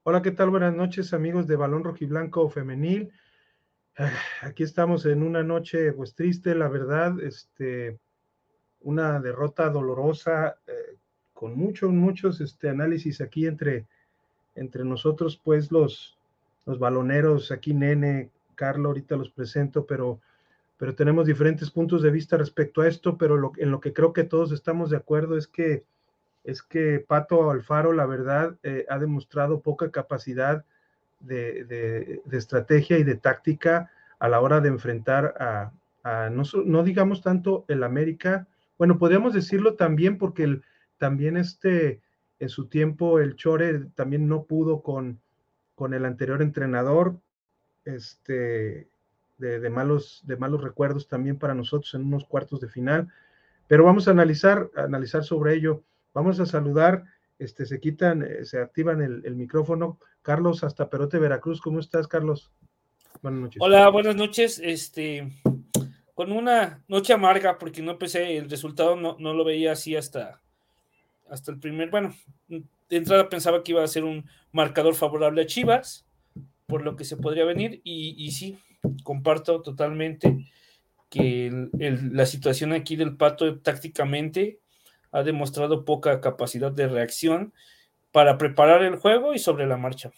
Hola, ¿qué tal? Buenas noches, amigos de Balón Rojiblanco Femenil. Aquí estamos en una noche pues triste, la verdad, una derrota dolorosa, con muchos análisis aquí entre nosotros, pues los baloneros, aquí Nene, Carlo, ahorita los presento, pero tenemos diferentes puntos de vista respecto a esto, pero en lo que creo que todos estamos de acuerdo es que Pato Alfaro, la verdad, ha demostrado poca capacidad de estrategia y de táctica a la hora de enfrentar a no digamos tanto el América, bueno, podríamos decirlo también porque también en su tiempo el Chore también no pudo con el anterior entrenador, de malos recuerdos también para nosotros en unos cuartos de final, pero vamos a analizar sobre ello. Vamos a saludar, se activan el micrófono. Carlos, hasta Perote, Veracruz. ¿Cómo estás, Carlos? Buenas noches. Hola, buenas noches. Con una noche amarga porque no pensé, el resultado no lo veía así hasta el primer, bueno, de entrada pensaba que iba a ser un marcador favorable a Chivas, por lo que se podría venir, y sí, comparto totalmente que la situación aquí del Pato tácticamente ha demostrado poca capacidad de reacción para preparar el juego y sobre la marcha.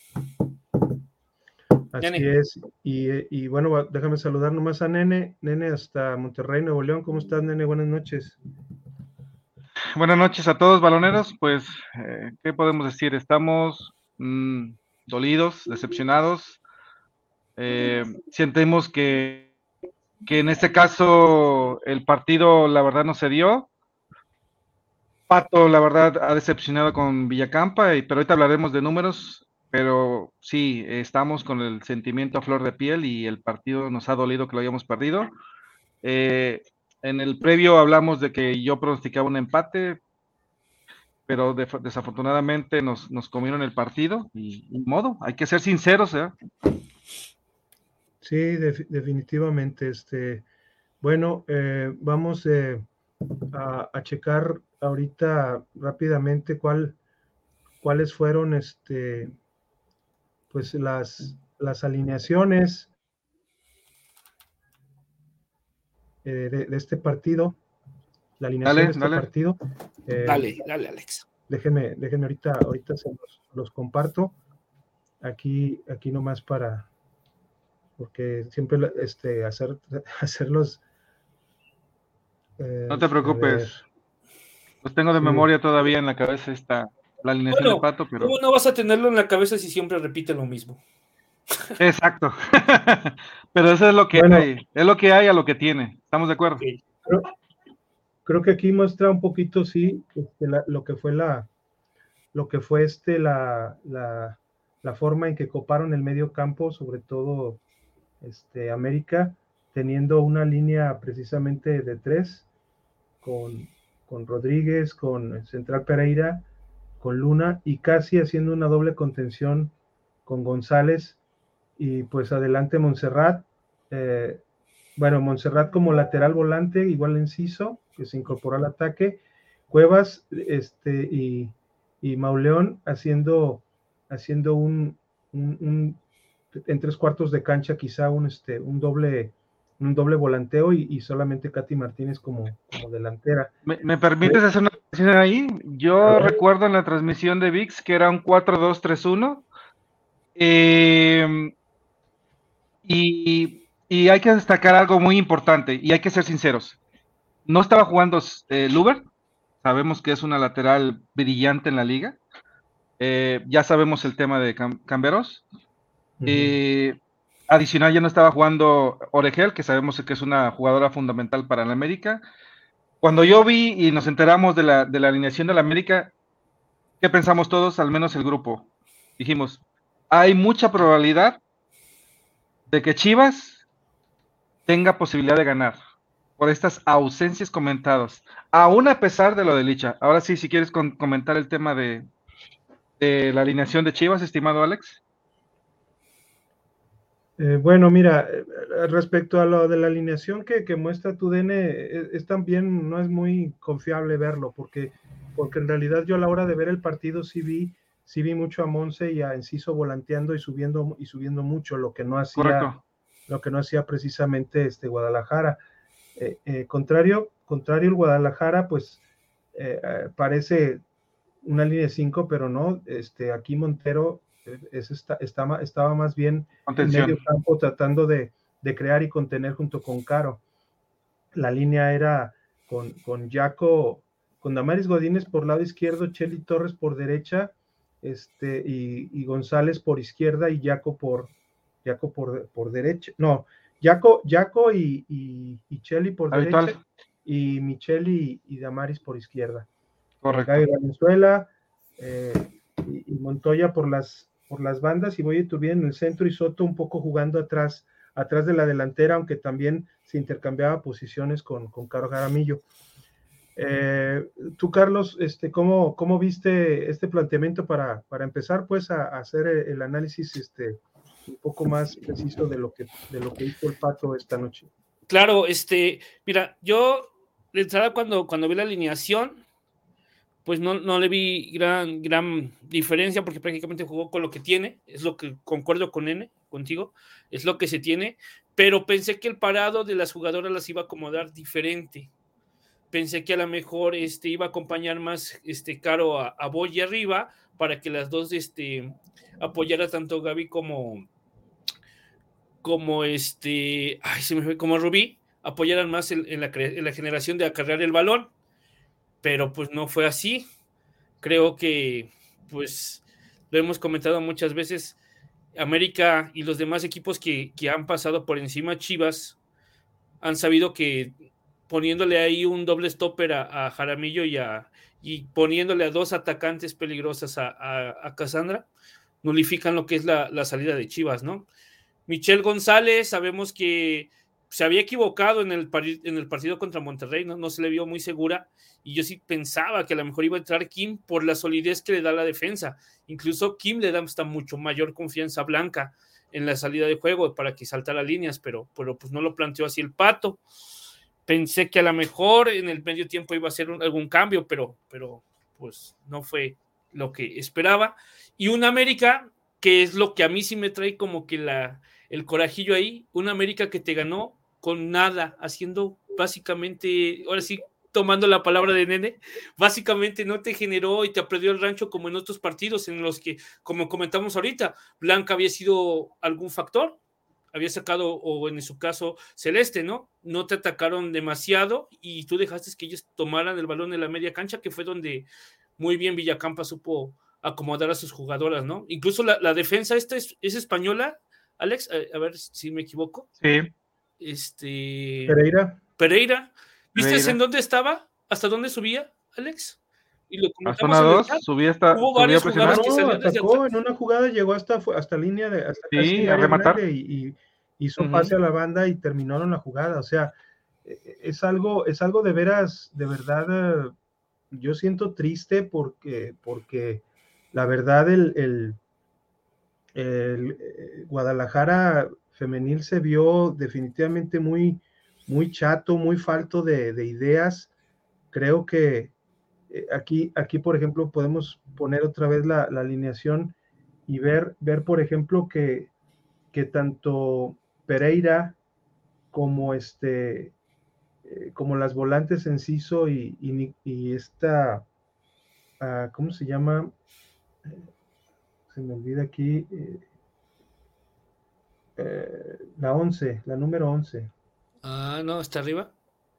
Así Nene. es. Y bueno, déjame saludar nomás a Nene. Nene, hasta Monterrey, Nuevo León. ¿Cómo estás, Nene? Buenas noches. Buenas noches a todos, baloneros. Pues, ¿qué podemos decir? Estamos dolidos, decepcionados. Sentimos que en este caso el partido, la verdad, no se dio. Pato, la verdad, ha decepcionado con Villacampa, pero ahorita hablaremos de números. Pero sí, estamos con el sentimiento a flor de piel y el partido nos ha dolido que lo hayamos perdido. En el previo hablamos de que yo pronosticaba un empate, pero desafortunadamente nos comieron el partido y modo, hay que ser sinceros, ¿eh? Sí, definitivamente. Bueno, vamos a checar ahorita rápidamente cuáles fueron pues las alineaciones de este partido, la alineación de este Dale. partido. Dale, Alex. Déjenme ahorita se los comparto aquí nomás porque siempre hacerlos. No te A ver, preocupes, los tengo de sí, memoria todavía en la cabeza la alineación de Bueno, Pato, pero ¿cómo no vas a tenerlo en la cabeza si siempre repite lo mismo? exacto. Pero eso es lo que bueno, hay, es lo que hay a lo que tiene, ¿estamos de acuerdo? Okay. creo que aquí muestra un poquito, sí, lo que fue la forma en que coparon el medio campo, sobre todo América, teniendo una línea precisamente de tres, con Rodríguez, con Central Pereira, con Luna, y casi haciendo una doble contención con González, y pues adelante Montserrat. Bueno, Montserrat como lateral volante, igual Enciso, que se incorporó al ataque, Cuevas y Mauleón haciendo un en tres cuartos de cancha, quizá un doble volanteo, y solamente Katy Martínez como delantera. ¿Me permites hacer una precisión ahí? Yo recuerdo en la transmisión de VIX que era un 4-2-3-1. Y hay que destacar algo muy importante y hay que ser sinceros. No estaba jugando Luber, sabemos que es una lateral brillante en la liga. Ya sabemos el tema de Camberos. Adicional, ya no estaba jugando Oregel, que sabemos que es una jugadora fundamental para la América. Cuando yo vi y nos enteramos de la alineación de la América, ¿qué pensamos todos? Al menos el grupo. Dijimos, hay mucha probabilidad de que Chivas tenga posibilidad de ganar por estas ausencias comentadas, aún a pesar de lo de Licha. Ahora sí, si quieres comentar el tema de la alineación de Chivas, estimado Alex. Bueno, mira, respecto a lo de la alineación que muestra tu DN, es también no es muy confiable verlo, porque en realidad yo a la hora de ver el partido sí sí vi mucho a Monse y a Enciso volanteando y subiendo mucho, lo que no hacía precisamente Guadalajara. Contrario el Guadalajara, pues parece una línea de 5, pero no, aquí Montero estaba más bien contención en medio campo tratando de crear y contener junto con Caro. La línea era con Jaco, con Damaris Godínez por lado izquierdo, Chely Torres por derecha, y González por izquierda y Jaco por derecha. No, Jaco y Chely por habitual. Derecha y Micheli y Damaris por izquierda. Correcto. Gaby Valenzuela y Montoya por las bandas, y Boye Iturbide en el centro y Soto un poco jugando atrás de la delantera, aunque también se intercambiaba posiciones con Caro Jaramillo. Tú, Carlos, ¿cómo viste este planteamiento para empezar pues a hacer el análisis un poco más preciso de lo que hizo el Pato esta noche? Claro, mira, yo de entrada cuando vi la alineación, pues no le vi gran diferencia, porque prácticamente jugó con lo que tiene, es lo que concuerdo contigo, es lo que se tiene, pero pensé que el parado de las jugadoras las iba a acomodar diferente. Pensé que a lo mejor iba a acompañar más Caro a Boye arriba, para que las dos apoyara tanto Gaby como como Rubí, apoyaran más en la generación de acarrear el balón, pero pues no fue así. Creo que, pues, lo hemos comentado muchas veces, América y los demás equipos que han pasado por encima a Chivas han sabido que poniéndole ahí un doble stopper a Jaramillo y poniéndole a dos atacantes peligrosas a Cassandra, nulifican lo que es la salida de Chivas, ¿no? Michelle González, sabemos que se había equivocado en el partido contra Monterrey, no se le vio muy segura, y yo sí pensaba que a lo mejor iba a entrar Kim por la solidez que le da la defensa. Incluso Kim le da hasta mucho mayor confianza a Blanca en la salida de juego para que saltara líneas, pero pues no lo planteó así el Pato. Pensé que a lo mejor en el medio tiempo iba a ser algún cambio, pero pues no fue lo que esperaba. Y un América, que es lo que a mí sí me trae como que el corajillo ahí, una América que te ganó con nada, haciendo básicamente, ahora sí, tomando la palabra de Nene, básicamente no te generó y te perdió el rancho como en otros partidos en los que, como comentamos ahorita, Blanca había sido algún factor, había sacado, o en su caso Celeste, ¿no? No te atacaron demasiado y tú dejaste que ellos tomaran el balón en la media cancha, que fue donde muy bien Villacampa supo acomodar a sus jugadoras, ¿no? Incluso la defensa esta es española, Alex, a ver si me equivoco. Sí. Pereira. ¿Viste en dónde estaba? ¿Hasta dónde subía, Alex? Y lo comentamos zona 2, subía hasta hubo varias jugadas que salían desde atrás. En una jugada llegó hasta línea de hasta casi a rematar y hizo pase a la banda y terminaron la jugada. O sea, es algo de veras, de verdad, yo siento triste porque la verdad el Guadalajara femenil se vio definitivamente muy chato, muy falto de ideas. Creo que aquí, por ejemplo, podemos poner otra vez la alineación y ver, por ejemplo, que tanto Pereira como como las volantes Enciso y esta, ¿cómo se llama? Se me olvida aquí, la 11, la número 11. No, ¿está arriba?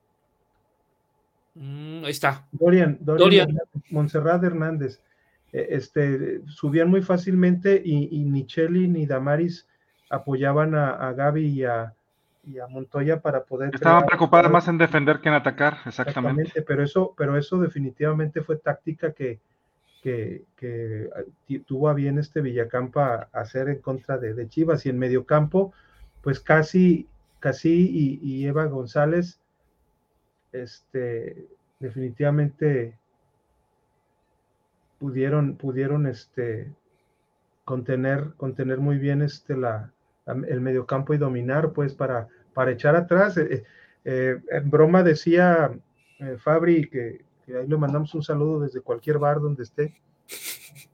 Ahí está. Dorian. Montserrat Hernández. Subían muy fácilmente y ni Chely ni Damaris apoyaban a Gaby y a Montoya para poder estaban preocupadas más en defender que en atacar, exactamente. Pero eso definitivamente fue táctica que tuvo a bien Villacampa hacer en contra de Chivas. Y en mediocampo, pues casi y Eva González definitivamente pudieron contener muy bien el mediocampo y dominar pues para echar atrás. En broma decía Fabri que ahí le mandamos un saludo desde cualquier bar donde esté,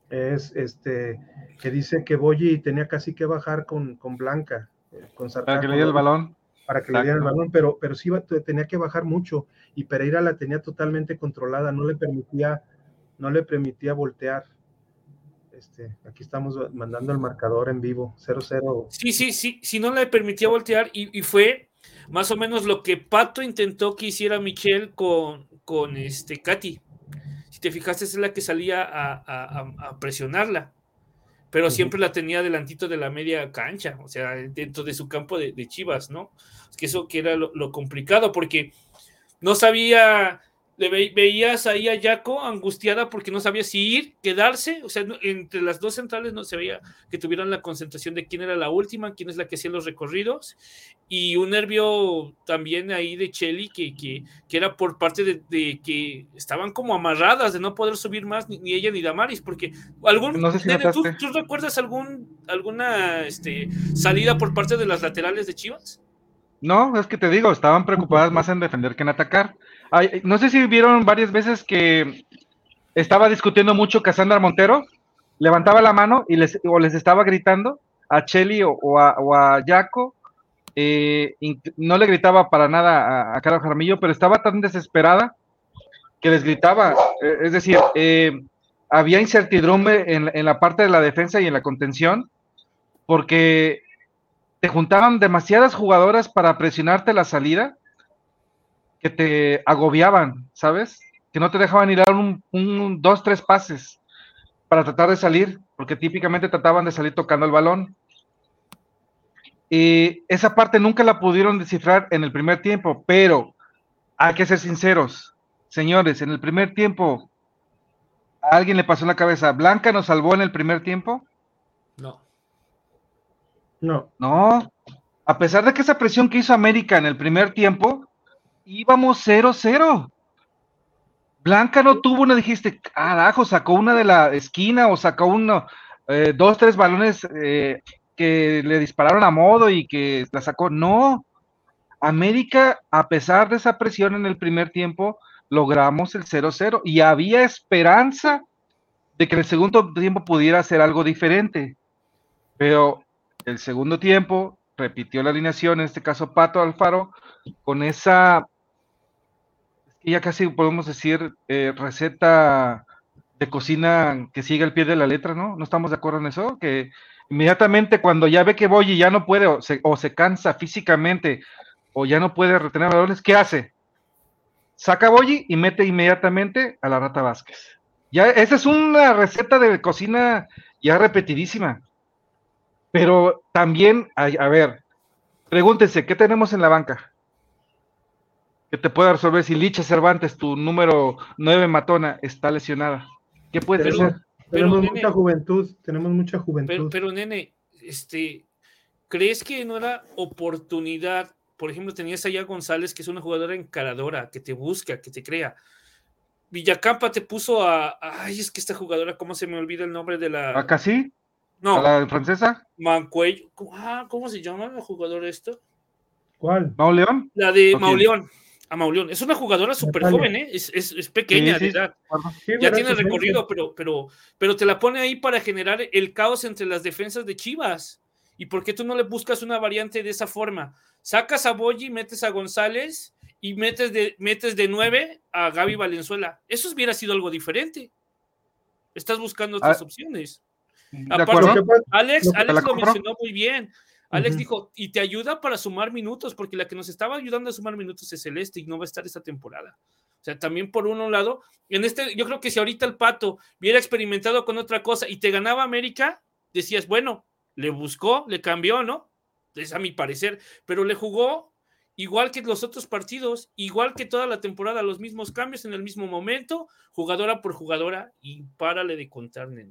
es que dice que Boyi tenía casi que bajar con Blanca, con Para Sarcá, que le diera el balón. para que le dieran el balón, pero sí tenía que bajar mucho, y Pereira la tenía totalmente controlada, no le permitía voltear. Aquí estamos mandando el marcador en vivo, 0-0. Sí, si no le permitía voltear, y fue más o menos lo que Pato intentó que hiciera Michelle con Katy. Si te fijaste, es la que salía a presionarla, pero siempre la tenía delantito de la media cancha, o sea, dentro de su campo de Chivas, ¿no? Es que eso que era lo complicado, porque no sabía, veías ahí a Jaco angustiada porque no sabía si ir, quedarse, o sea, entre las dos centrales no se veía que tuvieran la concentración de quién era la última, quién es la que hacía los recorridos, y un nervio también ahí de Cheli que era por parte de que estaban como amarradas de no poder subir más ni ella ni Damaris, porque no sé si ¿tú recuerdas alguna salida por parte de las laterales de Chivas? No, es que te digo, estaban preocupadas más en defender que en atacar. Ay, no sé si vieron varias veces que estaba discutiendo mucho Cassandra Montero, levantaba la mano y les estaba gritando a Cheli o a Jaco, no le gritaba para nada a Caro Jaramillo, pero estaba tan desesperada que les gritaba, es decir, había incertidumbre en la parte de la defensa y en la contención, porque te juntaban demasiadas jugadoras para presionarte la salida que te agobiaban, ¿sabes? Que no te dejaban ir a dar un 2-3 pases para tratar de salir, porque típicamente trataban de salir tocando el balón. Y esa parte nunca la pudieron descifrar en el primer tiempo, pero hay que ser sinceros, señores, en el primer tiempo a alguien le pasó en la cabeza, ¿Blanca nos salvó en el primer tiempo? No, a pesar de que esa presión que hizo América en el primer tiempo, íbamos 0-0. Blanca no tuvo una, dijiste, carajo, sacó una de la esquina o sacó uno, 2-3 balones que le dispararon a modo y que la sacó. No, América, a pesar de esa presión en el primer tiempo, logramos el 0-0 y había esperanza de que en el segundo tiempo pudiera hacer algo diferente. Pero el segundo tiempo repitió la alineación, en este caso Pato Alfaro, con esa, ya casi podemos decir, receta de cocina que sigue al pie de la letra, ¿no? ¿No estamos de acuerdo en eso? Que inmediatamente cuando ya ve que Boyi ya no puede o se cansa físicamente o ya no puede retener balones, ¿qué hace? Saca a Boyi y mete inmediatamente a la Rata Vázquez. Ya, esa es una receta de cocina ya repetidísima. Pero también, a ver, pregúntense, ¿qué tenemos en la banca? Que te pueda resolver si Licha Cervantes, tu número 9 matona, está lesionada. ¿Qué puedes hacer? Tenemos mucha juventud, Pero nene, ¿crees que no era oportunidad? Por ejemplo, tenías allá a González, que es una jugadora encaradora, que te busca, que te crea. Villacampa te puso ay, es que esta jugadora, ¿cómo se me olvida el nombre de la? ¿Acá sí? No. ¿A la francesa? Mancuello. ¿Cómo se llama la jugadora esta? ¿Cuál? ¿Mauleón? La de Mauleón. A Mauleón. Es una jugadora súper joven, ¿eh? Es pequeña de edad. Sí, ya tiene recorrido, pero te la pone ahí para generar el caos entre las defensas de Chivas. ¿Y por qué tú no le buscas una variante de esa forma? Sacas a Boyi, metes a González y metes de 9 a Gaby Valenzuela. Eso hubiera sido algo diferente. Estás buscando otras opciones. Aparte, Alex lo mencionó muy bien. Alex dijo, y te ayuda para sumar minutos, porque la que nos estaba ayudando a sumar minutos es Celeste y no va a estar esta temporada. O sea, también por un lado, yo creo que si ahorita el Pato hubiera experimentado con otra cosa y te ganaba América, decías, bueno, le buscó, le cambió, ¿no? Es a mi parecer, pero le jugó igual que los otros partidos, igual que toda la temporada, los mismos cambios en el mismo momento, jugadora por jugadora, y párale de contar, nene.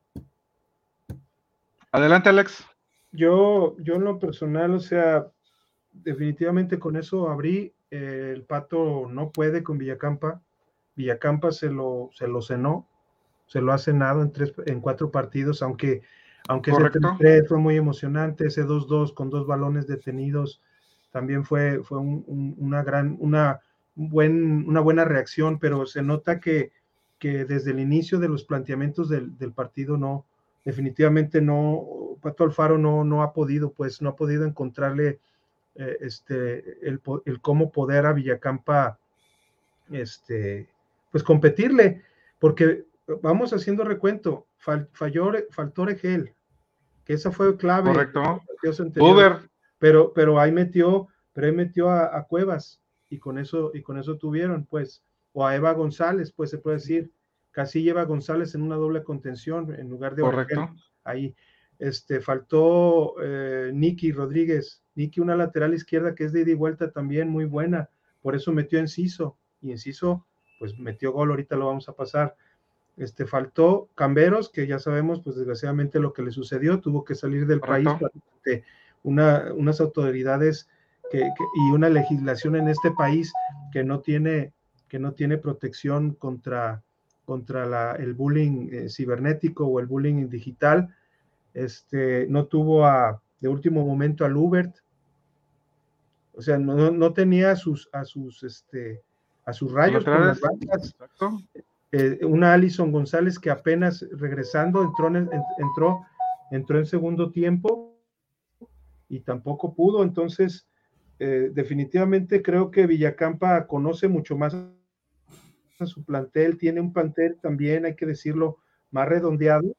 Adelante, Alex. Yo en lo personal, o sea, definitivamente con eso abrí. El Pato no puede con Villacampa. Villacampa se lo cenó, se lo ha cenado en 4 partidos, aunque ese 3-3 fue muy emocionante, ese 2-2 con 2 balones detenidos también fue una buena reacción, pero se nota que que desde el inicio de los planteamientos del partido definitivamente no, Pato Alfaro no ha podido encontrarle el cómo poder a Villacampa pues competirle, porque vamos haciendo recuento, faltó Regel, que esa fue clave. Correcto. Uber. Pero ahí metió a Cuevas, y con eso tuvieron, pues, o a Eva González, pues se puede decir, casi lleva González en una doble contención en lugar de Correcto. Orgel. Ahí faltó Nicky Rodríguez, una lateral izquierda que es de ida y vuelta también muy buena, por eso metió Enciso, y Enciso pues metió gol, ahorita lo vamos a pasar. Faltó Camberos, que ya sabemos pues desgraciadamente lo que le sucedió, tuvo que salir del país porque unas autoridades y una legislación en este país que no tiene protección contra el bullying cibernético o el bullying digital. No tuvo de último momento al Hubert, o sea, no tenía a sus rayos con las bancas. Una Alison González que apenas regresando entró en segundo tiempo y tampoco pudo. Entonces definitivamente creo que Villacampa conoce mucho más a su plantel, tiene un plantel también, hay que decirlo, más redondeado,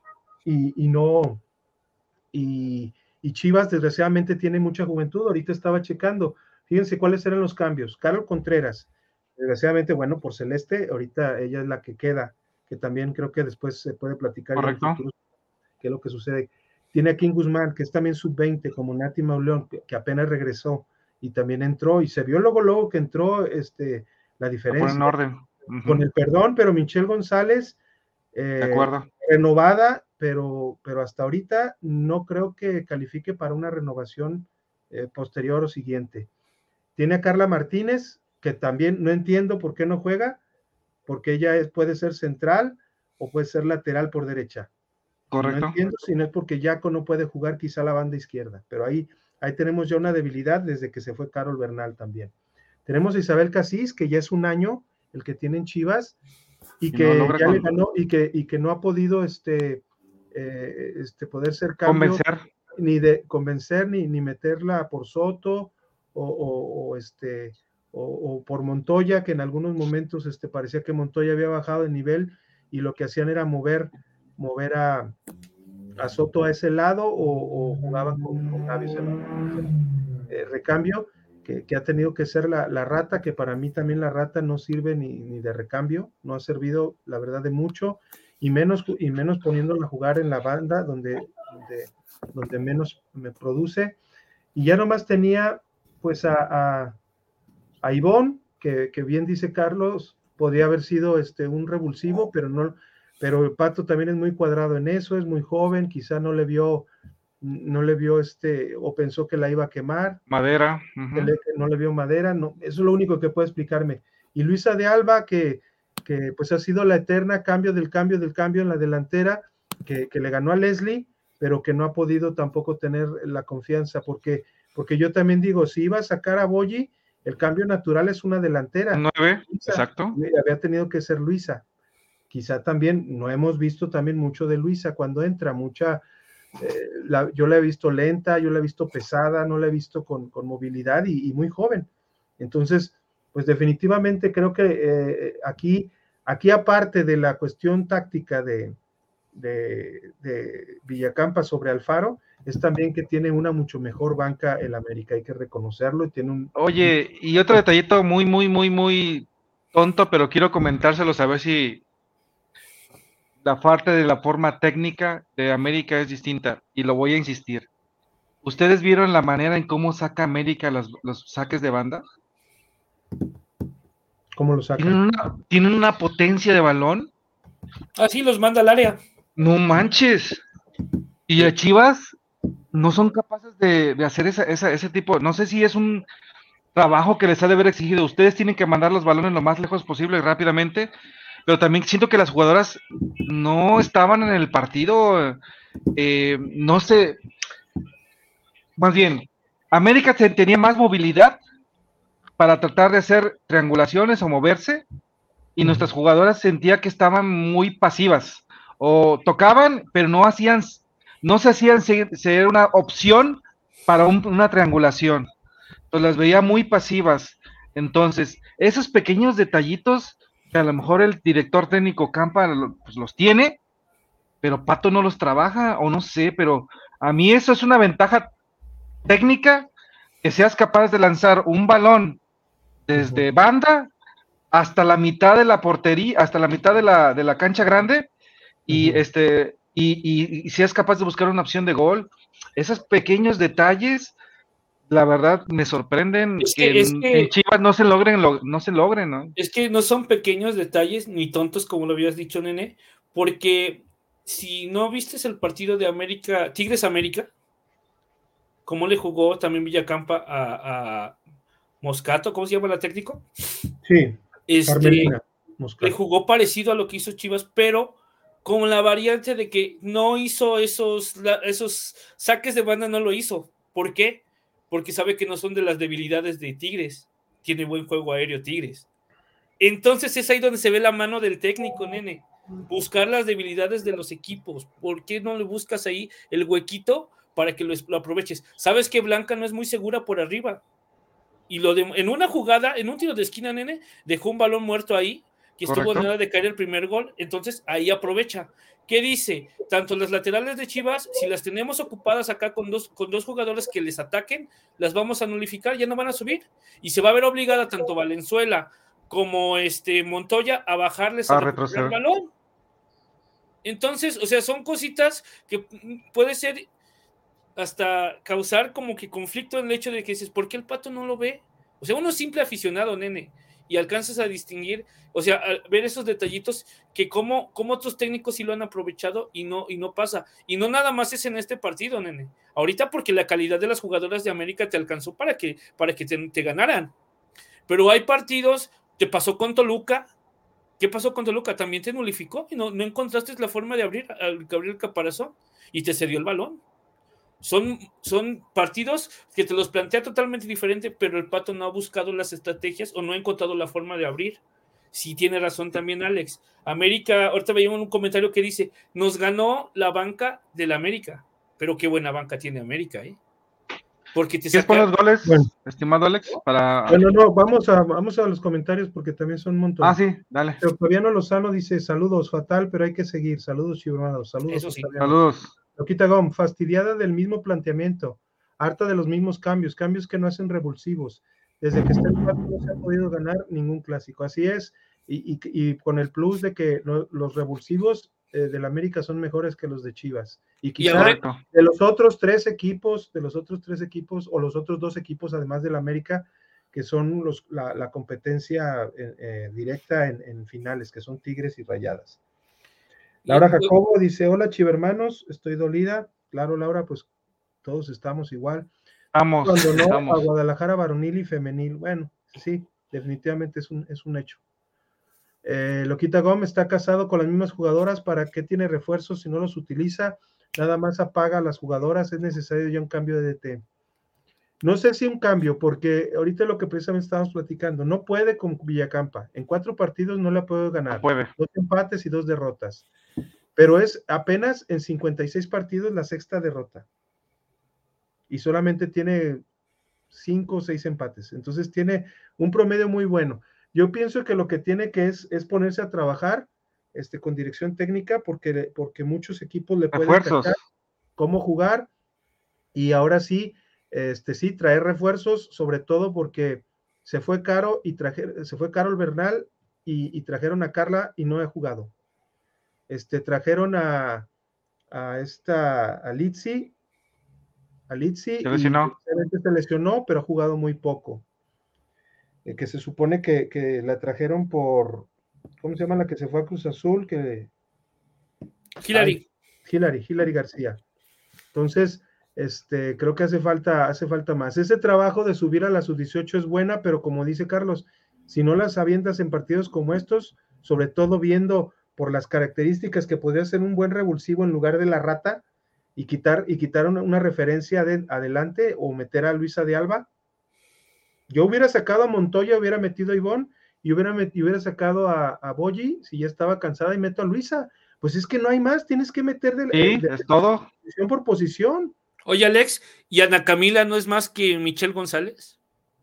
y Chivas desgraciadamente tiene mucha juventud. Ahorita estaba checando, fíjense cuáles eran los cambios. Carol Contreras, desgraciadamente, bueno, por Celeste, ahorita ella es la que queda, que también creo que después se puede platicar qué es lo que sucede. Tiene a Kim Guzmán, que es también sub-20, como Nati Mauleón, que apenas regresó y también entró, y se vio luego que entró la diferencia. En orden. Con el perdón, pero Michelle González, de acuerdo, renovada, pero hasta ahorita no creo que califique para una renovación posterior o siguiente. Tiene a Carla Martínez, que también no entiendo por qué no juega, porque ella puede ser central o puede ser lateral por derecha. Correcto. No entiendo si no es porque Jaco no puede jugar quizá la banda izquierda, pero ahí tenemos ya una debilidad desde que se fue Carol Bernal también. Tenemos a Isabel Casís, que ya es un año el que tiene en Chivas, y que ya le ganó, y que no ha podido poder ser cambio, convencer ni meterla por Soto o por Montoya, que en algunos momentos parecía que Montoya había bajado de nivel y lo que hacían era mover a Soto a ese lado o jugaban con Gavios en recambio, que ha tenido que ser la Rata, que para mí también la Rata no sirve ni de recambio, no ha servido la verdad de mucho, y menos poniéndola a jugar en la banda donde menos me produce. Y ya nomás tenía pues a Ivonne, que bien dice Carlos, podría haber sido un revulsivo, pero el Pato también es muy cuadrado en eso, es muy joven, quizá no le vio o pensó que la iba a quemar. Madera. No le vio madera, no, eso es lo único que puede explicarme. Y Luisa de Alba, que pues ha sido la eterna cambio del cambio en la delantera, que le ganó a Leslie, pero que no ha podido tampoco tener la confianza, porque yo también digo, si iba a sacar a Boyi, el cambio natural es una delantera. 9, exacto. Había tenido que ser Luisa. Quizá también, no hemos visto también mucho de Luisa cuando entra, yo la he visto lenta, yo la he visto pesada, no la he visto con movilidad y muy joven. Entonces, pues definitivamente creo que aquí aparte de la cuestión táctica de Villacampa sobre Alfaro, es también que tiene una mucho mejor banca el América, hay que reconocerlo, y tiene Oye, y otro detallito muy, muy, muy, muy tonto, pero quiero comentárselos a ver si la parte de la forma técnica de América es distinta, y lo voy a insistir. ¿Ustedes vieron la manera en cómo saca América los saques de banda? ¿Cómo lo sacan? Tienen una potencia de balón. Así los manda al área. No manches. Y a Chivas no son capaces de hacer ese tipo. No sé si es un trabajo que les ha de haber exigido. Ustedes tienen que mandar los balones lo más lejos posible rápidamente. Pero también siento que las jugadoras no estaban en el partido. No sé. Más bien, América tenía más movilidad para tratar de hacer triangulaciones o moverse, y nuestras jugadoras sentía que estaban muy pasivas, o tocaban, pero no se hacían ser una opción para una triangulación. Entonces las veía muy pasivas. Entonces, esos pequeños detallitos que a lo mejor el director técnico Campa pues, los tiene, pero Pato no los trabaja, o no sé, pero a mí eso es una ventaja técnica, que seas capaz de lanzar un balón desde banda hasta la mitad de la portería, hasta la mitad de la cancha grande, y y seas capaz de buscar una opción de gol. Esos pequeños detalles, la verdad, me sorprenden en Chivas no se logren, ¿no? Es que no son pequeños detalles ni tontos, como lo habías dicho, nene, porque si no viste el partido de América, Tigres América, cómo le jugó también Villacampa a Moscato, ¿cómo se llama la técnico? Sí, le jugó parecido a lo que hizo Chivas, pero con la variante de que no hizo esos saques de banda, no lo hizo. ¿Por qué? Porque sabe que no son de las debilidades de Tigres. Tiene buen juego aéreo Tigres. Entonces es ahí donde se ve la mano del técnico, nene. Buscar las debilidades de los equipos. ¿Por qué no le buscas ahí el huequito para que lo aproveches? Sabes que Blanca no es muy segura por arriba. Y en una jugada, en un tiro de esquina, nene, dejó un balón muerto ahí, que estuvo a nada de caer el primer gol. Entonces ahí aprovecha. ¿Qué dice? Tanto las laterales de Chivas, si las tenemos ocupadas acá con dos jugadores que les ataquen, las vamos a nulificar, ya no van a subir. Y se va a ver obligada tanto Valenzuela como Montoya a bajarles a recuperar el balón. Entonces, o sea, son cositas que puede ser hasta causar como que conflicto en el hecho de que dices, ¿por qué el Pato no lo ve? O sea, uno es simple aficionado, nene, y alcanzas a distinguir, o sea, a ver esos detallitos que como otros técnicos sí lo han aprovechado y no pasa. Y no nada más es en este partido, nene. Ahorita porque la calidad de las jugadoras de América te alcanzó para que te ganaran. Pero hay partidos, te pasó con Toluca. ¿Qué pasó con Toluca? También te nulificó y no encontraste la forma de abrir el caparazón y te cedió el balón. Son partidos que te los plantea totalmente diferente, pero el Pato no ha buscado las estrategias o no ha encontrado la forma de abrir. Sí tiene razón también Alex. América, ahorita veíamos un comentario que dice, nos ganó la banca del América, pero qué buena banca tiene América, ¿eh? Porque te sacan los goles, bueno, estimado Alex, para... Bueno, no, vamos a los comentarios porque también son un montón. Sí, dale. Fabiano Lozano dice, saludos, fatal, pero hay que seguir. Saludos, chihuahuados. Saludos. Eso sí. Saludos. Loquita Gom, fastidiada del mismo planteamiento, harta de los mismos cambios que no hacen revulsivos. Desde que está el Pato no se ha podido ganar ningún clásico. Así es, y con el plus de que los revulsivos del América son mejores que los de Chivas. Y quizá de los otros tres equipos, o los otros dos equipos, además del América, que son la competencia directa en finales, que son Tigres y Rayadas. Laura Jacobo dice, hola chivermanos, estoy dolida. Claro, Laura, pues todos estamos igual. Cuando no, a Guadalajara varonil y femenil. Bueno, sí, definitivamente es un hecho. Loquita Gómez está casado con las mismas jugadoras. ¿Para qué tiene refuerzos si no los utiliza? Nada más apaga a las jugadoras. Es necesario ya un cambio de DT. No sé si un cambio, porque ahorita lo que precisamente estábamos platicando, no puede con Villacampa. En 4 partidos no la puede ganar. No puede. 2 empates y 2 derrotas. Pero es apenas en 56 partidos la 6ª derrota. Y solamente tiene 5 o 6 empates. Entonces tiene un promedio muy bueno. Yo pienso que lo que tiene que es ponerse a trabajar con dirección técnica, porque muchos equipos le pueden cachar cómo jugar. Y ahora sí, sí, traer refuerzos, sobre todo porque se fue Caro el Bernal y trajeron a Carla y no ha jugado. Trajeron a Litsi. Se lesionó, pero ha jugado muy poco. Que se supone que la trajeron por, ¿cómo se llama la que se fue a Cruz Azul? Hilary García. Entonces, creo que hace falta más. Ese trabajo de subir a la sub-18 es buena, pero como dice Carlos, si no las avientas en partidos como estos, sobre todo viendo por las características que podría ser un buen revulsivo en lugar de la Rata, y quitar una referencia adelante, o meter a Luisa de Alba. Yo hubiera sacado a Montoya, hubiera metido a Ivonne, y hubiera sacado a Boyi si ya estaba cansada y meto a Luisa. Pues es que no hay más, tienes que meter es todo. Posición por posición. Oye, Alex, ¿y Ana Camila no es más que Michelle González?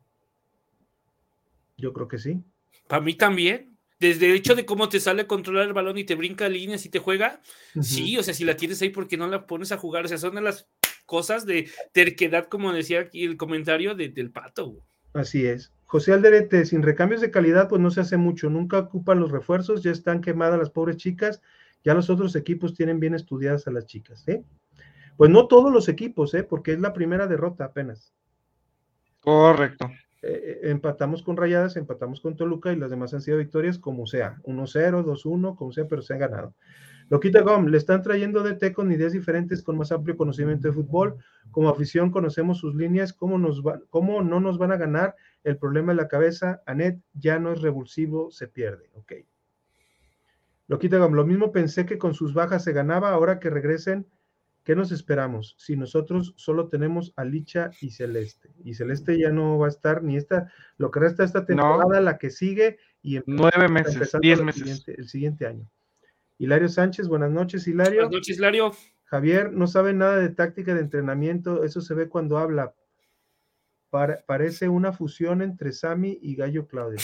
Yo creo que sí. Para mí también. Desde el hecho de cómo te sale a controlar el balón y te brinca líneas y te juega, sí, o sea, si la tienes ahí, ¿por qué no la pones a jugar? O sea, son de las cosas de terquedad, como decía aquí el comentario del Pato. Así es. José Alderete, sin recambios de calidad, pues no se hace mucho, nunca ocupan los refuerzos, ya están quemadas las pobres chicas, ya los otros equipos tienen bien estudiadas a las chicas, ¿eh? Pues no todos los equipos, porque es la primera derrota apenas. Correcto. Empatamos con Rayadas, empatamos con Toluca y las demás han sido victorias como sea, 1-0, 2-1, como sea, pero se han ganado. Loquita Gom, le están trayendo DT con ideas diferentes, con más amplio conocimiento de fútbol. Como afición conocemos sus líneas, cómo no nos van a ganar. El problema es la cabeza. Anet ya no es revulsivo, se pierde. Ok. Loquita Gom, lo mismo pensé que con sus bajas se ganaba. Ahora que regresen, ¿qué nos esperamos? Si nosotros solo tenemos a Licha y Celeste. Y Celeste ya no va a estar ni lo que resta esta temporada, la que sigue. Y 9 meses, 10 meses. El siguiente año. Hilario Sánchez, buenas noches, Hilario. Buenas noches, Hilario. Javier, no sabe nada de táctica de entrenamiento, eso se ve cuando habla. Parece una fusión entre Sammy y Gallo Claudio.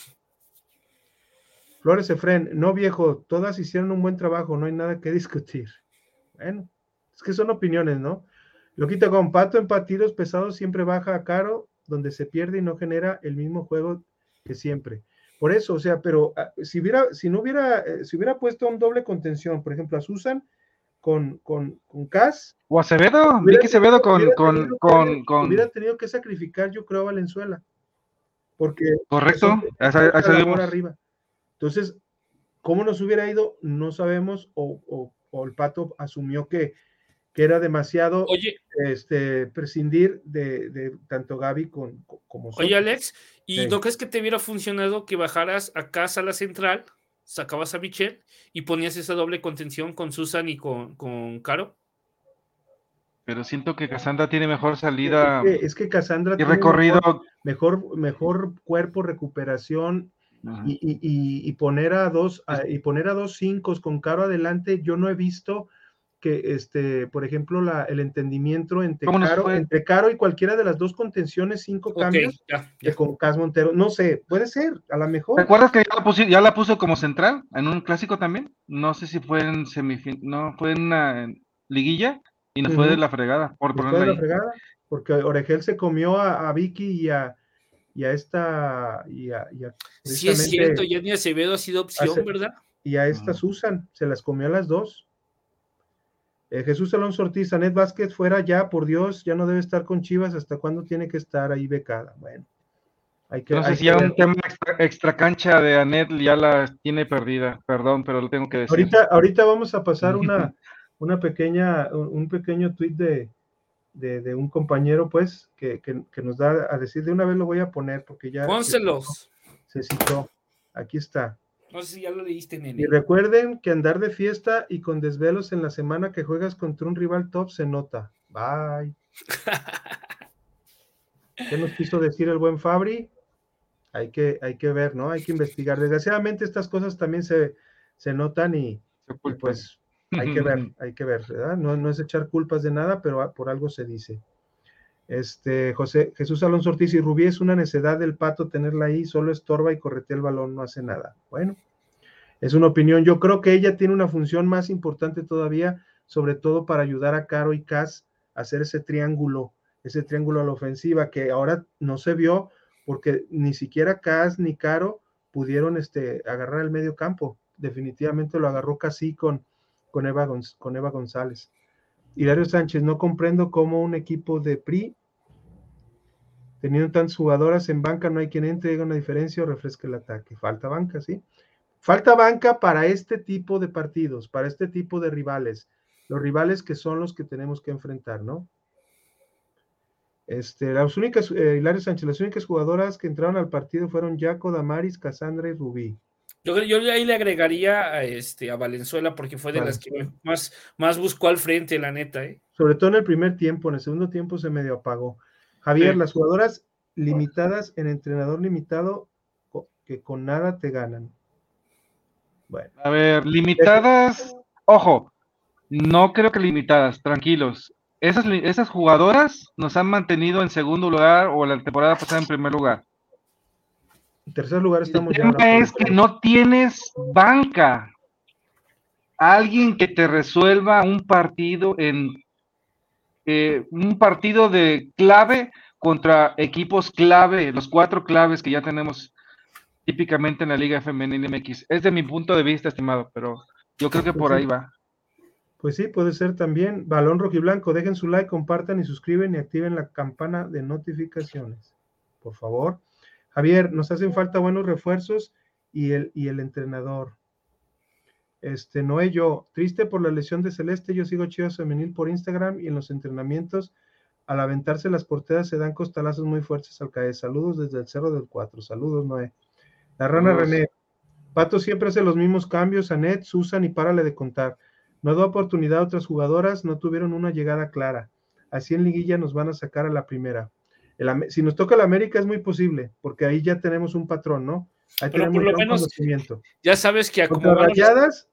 Flores Efren, no viejo, todas hicieron un buen trabajo, no hay nada que discutir. Bueno, es que son opiniones, ¿no? Loquita con Pato en partidos pesados siempre baja a Caro, donde se pierde y no genera el mismo juego que siempre. Por eso, o sea, pero si hubiera puesto un doble contención, por ejemplo, a Susan con Cas. O Acevedo, Vicky Acevedo hubiera tenido que sacrificar, yo creo, a Valenzuela. Porque. Correcto, arriba. Entonces, ¿cómo nos hubiera ido? No sabemos, o el Pato asumió que era demasiado. Oye, prescindir de tanto Gaby como Soto. Oye, Alex, ¿y no crees que te hubiera funcionado que bajaras a Casa a la central, sacabas a Michelle y ponías esa doble contención con Susan y con Caro? Pero siento que Cassandra tiene mejor salida. Es que Cassandra y recorrido. Mejor cuerpo, recuperación. Y poner a dos 5 con Caro adelante. Yo no he visto que por ejemplo el entendimiento entre Caro y cualquiera de las dos contenciones, 5 cambios ya. Con Cas Montero, no sé, puede ser, a lo mejor. ¿Te acuerdas que ya la puso como central en un clásico también? No sé si fue en fue en una liguilla y nos fue de la fregada por ponerla ahí. Porque Oregel se comió a Vicky y a esta sí, es cierto, Jenny Acevedo ha sido opción, ¿verdad? Y a esta Susan, se las comió a las dos. Jesús Alonso Ortiz, Anet Vázquez fuera ya, por Dios, ya no debe estar con Chivas, ¿hasta cuándo tiene que estar ahí becada? Bueno, no sé si ya un tema extra cancha de Anet ya la tiene perdida, perdón, pero lo tengo que decir. Ahorita vamos a pasar un pequeño tuit de un compañero, pues, que nos da a decir, de una vez lo voy a poner, porque ya Pónselos. Se citó, aquí está. No sé si ya lo leíste, nene. Y recuerden que andar de fiesta y con desvelos en la semana que juegas contra un rival top se nota. Bye. ¿Qué nos quiso decir el buen Fabri? Hay que ver, ¿no? Hay que investigar. Desgraciadamente estas cosas también se notan y pues hay que ver, ¿verdad? No es echar culpas de nada, pero por algo se dice. Jesús Alonso Ortiz, y Rubí es una necedad del Pato tenerla ahí, solo estorba y corretea el balón, no hace nada. Bueno, es una opinión. Yo creo que ella tiene una función más importante todavía, sobre todo para ayudar a Caro y Cas a hacer ese triángulo a la ofensiva, que ahora no se vio, porque ni siquiera Cas ni Caro pudieron agarrar el medio campo. Definitivamente lo agarró casi con Eva González. Hilario Sánchez, no comprendo cómo un equipo de PRI, teniendo tantas jugadoras en banca, no hay quien entre, haga una diferencia o refresque el ataque. Falta banca, ¿sí? Falta banca para este tipo de partidos, para este tipo de rivales, los rivales que son los que tenemos que enfrentar, ¿no? Las únicas, Hilario Sánchez, las únicas jugadoras que entraron al partido fueron Jaco, Damaris, Cassandra y Rubí. Yo ahí le agregaría a Valenzuela, porque fue de las que más buscó al frente, la neta, ¿eh? Sobre todo en el primer tiempo, en el segundo tiempo se medio apagó. Javier, las jugadoras limitadas en entrenador limitado, que con nada te ganan. Bueno. A ver, limitadas, ojo, no creo que limitadas, tranquilos. Esas jugadoras nos han mantenido en segundo lugar o la temporada pasada en primer lugar. En tercer lugar estamos ya. El tema es que no tienes banca. Alguien que te resuelva un partido de clave contra equipos clave, los 4 claves que ya tenemos típicamente en la Liga Femenil MX. Es de mi punto de vista, estimado, pero yo creo que por ahí va. Pues sí, puede ser también. Balón Rojiblanco, dejen su like, compartan y suscriben y activen la campana de notificaciones. Por favor. Javier, nos hacen falta buenos refuerzos y el entrenador. Noé, yo, triste por la lesión de Celeste, yo sigo Chivas Femenil por Instagram y en los entrenamientos, al aventarse las porteras se dan costalazos muy fuertes al caer. Saludos desde el Cerro del 4. Saludos, Noé. La Rana René, Pato siempre hace los mismos cambios, Anet, Susan y párale de contar. No da oportunidad a otras jugadoras, no tuvieron una llegada clara. Así en liguilla nos van a sacar a la primera. Si nos toca la América es muy posible, porque ahí ya tenemos un patrón, ¿no? Ahí pero tenemos por lo un menos conocimiento. Ya sabes que a como van Rayadas,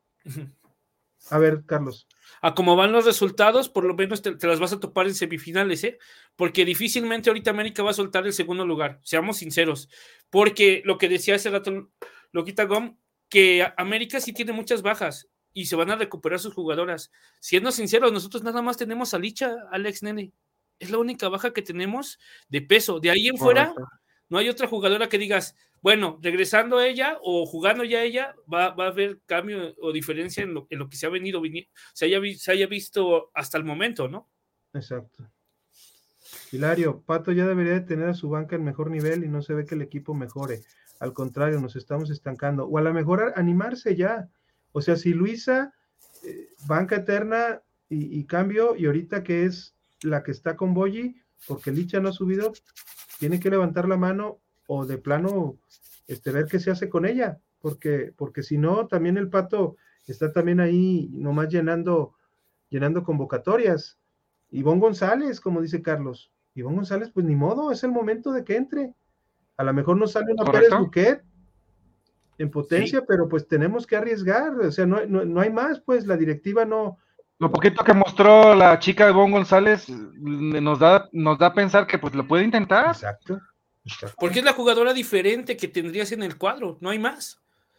a ver, Carlos. A cómo van los resultados, por lo menos te las vas a topar en semifinales, porque difícilmente ahorita América va a soltar el segundo lugar, seamos sinceros, porque lo que decía hace rato Loquita Gom, que América sí tiene muchas bajas y se van a recuperar sus jugadoras. Siendo sinceros, nosotros nada más tenemos a Licha, Alex Nene, es la única baja que tenemos de peso, de ahí en fuera no hay otra jugadora que digas, bueno, regresando ella o jugando ya ella, va a haber cambio o diferencia en lo que se ha venido, se haya visto hasta el momento, ¿no? Exacto. Hilario, Pato ya debería de tener a su banca en mejor nivel y no se ve que el equipo mejore. Al contrario, nos estamos estancando. O a lo mejor animarse ya. O sea, si Luisa, banca eterna y cambio, y ahorita que es la que está con Boyi, porque Licha no ha subido, tiene que levantar la mano o de plano ver qué se hace con ella, porque si no, también el Pato está también ahí nomás llenando convocatorias. Ivonne González, como dice Carlos, Ivonne González, pues ni modo, es el momento de que entre. A lo mejor nos sale una Pérez Buquet en potencia, sí, pero pues tenemos que arriesgar, o sea, no hay más, pues la directiva no. Lo poquito que mostró la chica de Ivonne González nos da a pensar que pues lo puede intentar. Exacto. Porque es la jugadora diferente que tendrías en el cuadro, no hay más.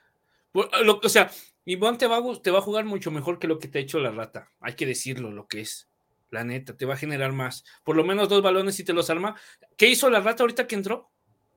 O sea, Ivonne te va a jugar mucho mejor que lo que te ha hecho la Rata, hay que decirlo lo que es, la neta, te va a generar más, por lo menos 2 balones y te los arma. ¿Qué hizo la Rata ahorita que entró?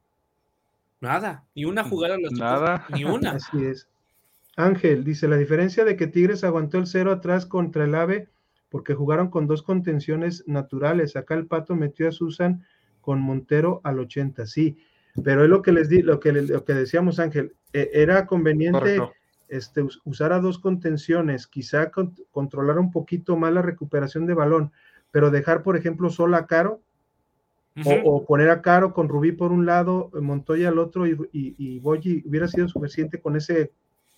Nada, ni una jugada nada, ni una. Así es. Ángel dice, la diferencia de que Tigres aguantó el 0 atrás contra el AVE porque jugaron con 2 contenciones naturales, acá el Pato metió a Susan con Montero al 80, sí, pero es lo que les di, lo que decíamos, Ángel, era conveniente usar a 2 contenciones, quizá controlar un poquito más la recuperación de balón, pero dejar, por ejemplo, sola a Caro, o poner a Caro con Rubí por un lado, Montoya al otro, y Boyi hubiera sido suficiente con ese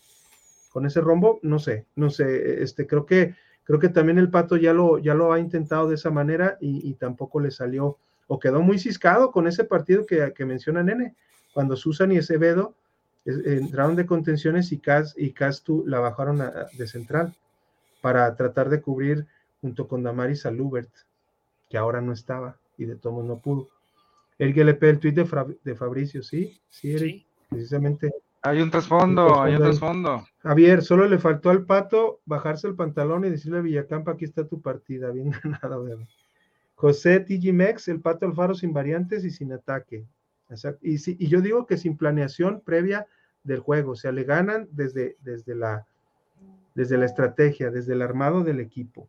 rombo, no sé, creo que también el Pato ya lo ha intentado de esa manera y tampoco le salió, o quedó muy ciscado con ese partido que menciona Nene, cuando Susan y Acevedo entraron de contenciones y Castu la bajaron de central para tratar de cubrir junto con Damaris a Lubert, que ahora no estaba y de todos no pudo. El GLP, el tuit de Fabricio, sí, Eric, sí, precisamente. Hay un trasfondo. Javier, solo le faltó al Pato bajarse el pantalón y decirle a Villacampa, aquí está tu partida, bien ganado, ¿verdad? José TG Mex, el Pato Alfaro sin variantes y sin ataque. Y yo digo que sin planeación previa del juego, o sea, le ganan desde la estrategia, desde el armado del equipo.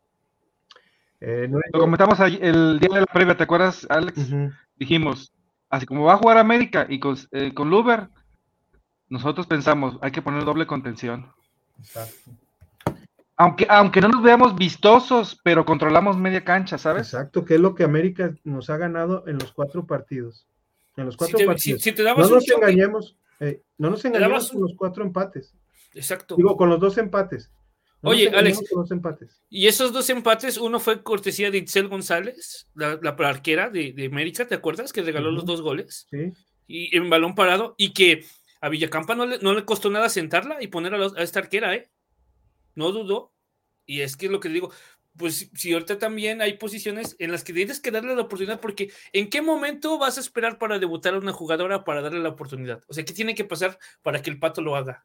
Lo comentamos el día de la previa, ¿te acuerdas, Alex? Dijimos, así como va a jugar América y con Luber, nosotros pensamos, hay que poner doble contención. Exacto. Aunque no nos veamos vistosos, pero controlamos media cancha, ¿sabes? Exacto, que es lo que América nos ha ganado en los 4 partidos. En los 4 partidos. Si te no nos engañemos, con los 4 empates. Exacto. Digo, con los 2 empates. Oye, Alex, con los empates. Y esos 2 empates, uno fue cortesía de Itzel González, la arquera de América, ¿te acuerdas? Que regaló los 2 goles. Sí. Y en balón parado, y que A Villacampa no le costó nada sentarla y poner a esta arquera, no dudó. Y es que es lo que digo, pues si ahorita también hay posiciones en las que tienes que darle la oportunidad, porque ¿en qué momento vas a esperar para debutar a una jugadora para darle la oportunidad? O sea, ¿qué tiene que pasar para que el Pato lo haga?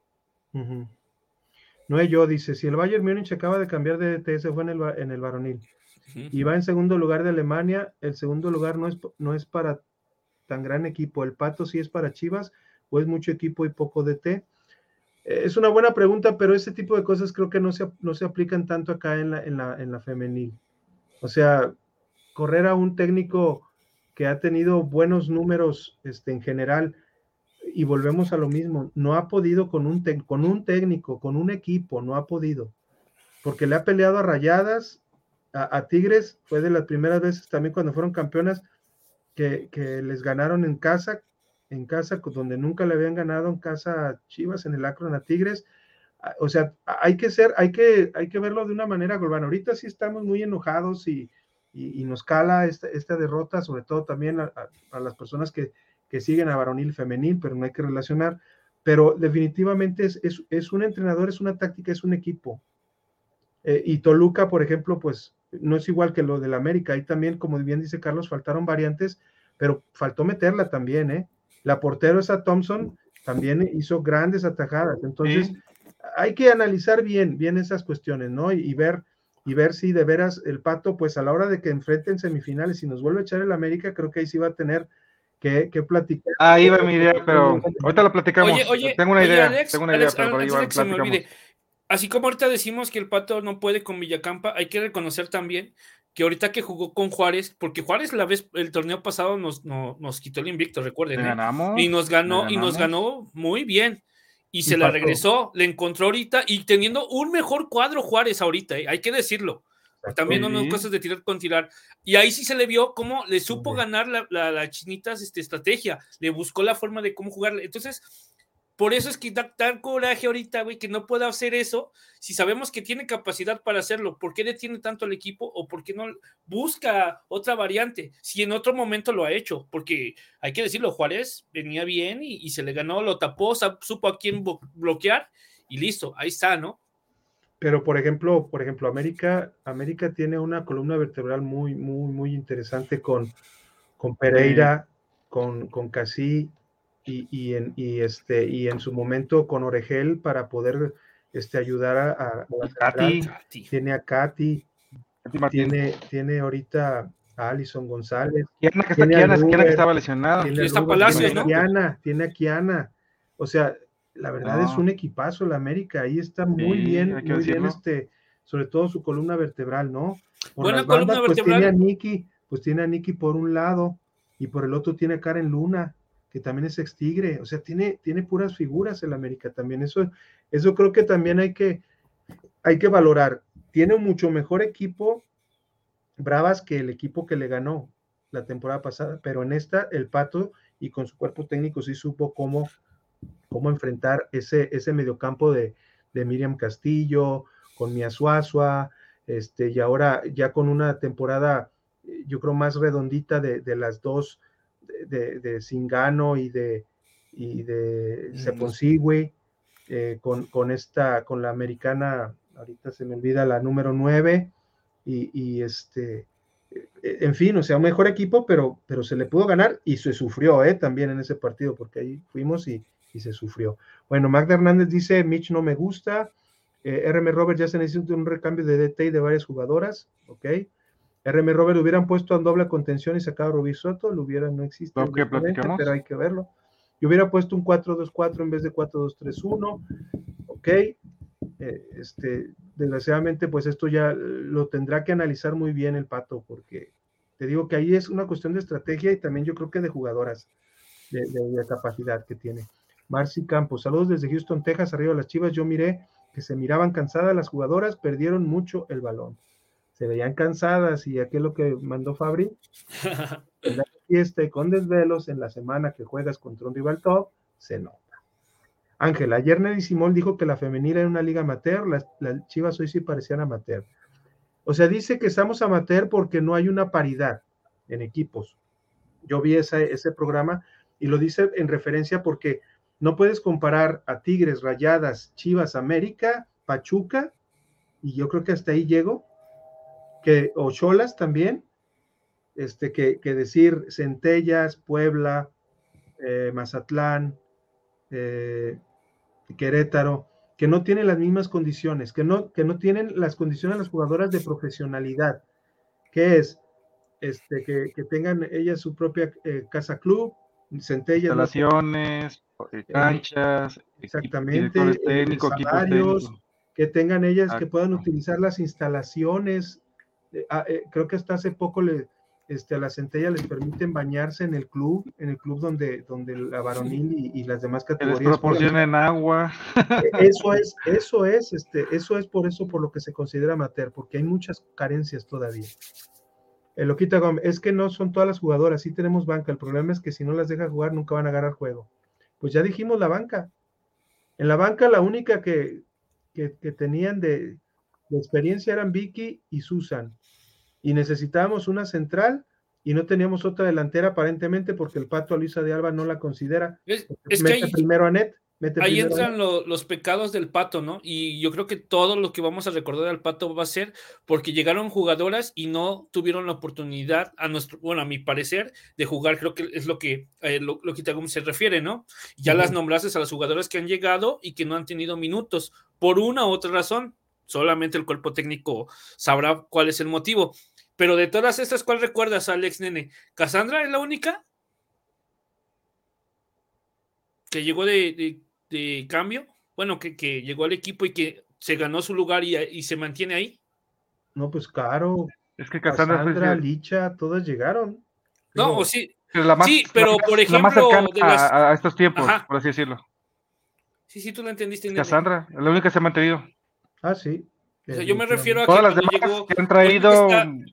Noé Yo dice, si el Bayern Múnich acaba de cambiar de DT, se fue en el varonil, y va en segundo lugar de Alemania, el segundo lugar no es para tan gran equipo, el Pato sí es para Chivas, o es mucho equipo y poco DT. Es una buena pregunta, pero ese tipo de cosas creo que no se aplican tanto acá en la femenil. O sea, correr a un técnico que ha tenido buenos números en general, y volvemos a lo mismo, no ha podido con un técnico, con un equipo, no ha podido, porque le ha peleado a Rayadas, a Tigres, fue de las primeras veces también cuando fueron campeonas, que les ganaron en casa, donde nunca le habían ganado en casa a Chivas, en el Akron a Tigres. O sea, hay que verlo de una manera global. Ahorita sí estamos muy enojados y nos cala esta derrota, sobre todo también a las personas que siguen a varonil femenil, pero no hay que relacionar. Pero definitivamente es un entrenador, es una táctica, es un equipo. Y Toluca, por ejemplo, pues no es igual que lo del América. Ahí también, como bien dice Carlos, faltaron variantes, pero faltó meterla también, La portero esa Thompson también hizo grandes atajadas. Entonces, hay que analizar bien esas cuestiones, ¿no? Y ver si de veras el Pato, pues a la hora de que enfrenten semifinales, si nos vuelve a echar el América, creo que ahí sí va a tener que platicar. Ahí va mi idea, pero ahorita lo platicamos. Tengo una idea, Alex, pero por ahí va, se me olvide. Así como ahorita decimos que el Pato no puede con Villacampa, hay que reconocer también que ahorita que jugó con Juárez, porque Juárez el torneo pasado nos quitó el invicto, recuerden, y nos ganó muy bien, y se la regresó, le encontró ahorita, y teniendo un mejor cuadro Juárez ahorita, hay que decirlo, también no son cosas de tirar con tirar, y ahí sí se le vio cómo le supo ganar la Chinitas estrategia, le buscó la forma de cómo jugarle. Entonces por eso es que da coraje ahorita, güey, que no pueda hacer eso. Si sabemos que tiene capacidad para hacerlo, ¿por qué detiene tanto al equipo? ¿O por qué no busca otra variante? Si en otro momento lo ha hecho, porque hay que decirlo, Juárez venía bien y se le ganó, lo tapó, supo a quién bloquear y listo, ahí está, ¿no? Pero por ejemplo, América tiene una columna vertebral muy, muy, muy interesante con Pereira, con Casí, y en su momento con Oregel para poder ayudar a Katy. Tiene a Katy, tiene ahorita a Alison González, Kiana que estaba lesionada, tiene a Kiana, o sea, la verdad es un equipazo el América, ahí está muy bien, sobre todo su columna vertebral, ¿no? Por las bandas, pues tiene a Nikki por un lado, y por el otro tiene a Karen Luna, que también es ex Tigre, o sea, tiene puras figuras el América también, eso creo que también hay que valorar. Tiene un mucho mejor equipo Bravas que el equipo que le ganó la temporada pasada, pero en esta el Pato y con su cuerpo técnico sí supo cómo enfrentar ese mediocampo de Miriam Castillo, con Mia Suazua, y ahora ya con una temporada yo creo más redondita de las dos, de Zingano y de Seponsigui, con la americana, ahorita se me olvida la número 9, en fin, o sea, un mejor equipo, pero se le pudo ganar y se sufrió también en ese partido, porque ahí fuimos y se sufrió. Bueno, Magda Hernández dice, Mitch no me gusta, RM Robert ya se necesita un recambio de DT y de varias jugadoras, ok. RM Robert hubieran puesto a doble contención y sacado a Rubí Soto, no existe, pero hay que verlo. Yo hubiera puesto un 4-2-4 en vez de 4-2-3-1, ok. Desgraciadamente, pues esto ya lo tendrá que analizar muy bien el Pato, porque te digo que ahí es una cuestión de estrategia y también yo creo que de jugadoras, de capacidad que tiene. Marcy Campos, saludos desde Houston, Texas, arriba las Chivas. Yo miré que se miraban cansadas las jugadoras, perdieron mucho el balón. Se veían cansadas y aquello lo que mandó Fabri, en la fiesta y con desvelos en la semana que juegas contra un rival top, se nota. Ángel, ayer Nelly Simón dijo que la femenil era una liga amateur, las Chivas hoy sí parecían amateur. O sea, dice que estamos amateur porque no hay una paridad en equipos. Yo vi ese programa y lo dice en referencia porque no puedes comparar a Tigres, Rayadas, Chivas, América, Pachuca, y yo creo que hasta ahí llego, o Cholas también, que decir Centellas, Puebla, Mazatlán, Querétaro, que no tienen las mismas condiciones, que no tienen las condiciones las jugadoras de profesionalidad, que es que tengan ellas su propia casa club, Centellas, instalaciones, canchas, exactamente, directores técnicos, equipos salarios, técnicos. que tengan ellas, que puedan utilizar las instalaciones. Creo que hasta hace poco a la Centella les permiten bañarse en el club donde la varonil y las demás categorías. Que les proporcionen agua. Eso es por lo que se considera amateur, porque hay muchas carencias todavía. Loquita Gómez, es que no son todas las jugadoras, sí tenemos banca, el problema es que si no las deja jugar nunca van a agarrar juego. Pues ya dijimos la banca. En la banca la única que tenían de experiencia eran Vicky y Susan, y necesitábamos una central y no teníamos otra delantera aparentemente porque el Pato a Luisa de Alba no la considera. Es que primero a Net. Ahí entran los pecados del Pato, ¿no? Y yo creo que todo lo que vamos a recordar al Pato va a ser porque llegaron jugadoras y no tuvieron la oportunidad, a mi parecer, de jugar. Creo que es lo que Itagum se refiere, ¿no? Ya las nombraste a las jugadoras que han llegado y que no han tenido minutos, por una u otra razón. Solamente el cuerpo técnico sabrá cuál es el motivo. Pero de todas estas, ¿cuál recuerdas, Alex Nene? ¿Cassandra es la única que llegó de cambio? Bueno, que llegó al equipo y que se ganó su lugar y se mantiene ahí. No, pues Caro, es que Cassandra, Licha, todas llegaron. No, o sí. Sí, pero por ejemplo, la más cercana a estos tiempos, por así decirlo. Sí, tú lo entendiste. Cassandra, la única que se ha mantenido. Ah, sí. O sea, yo me refiero a todas que las demás llegó, que han traído.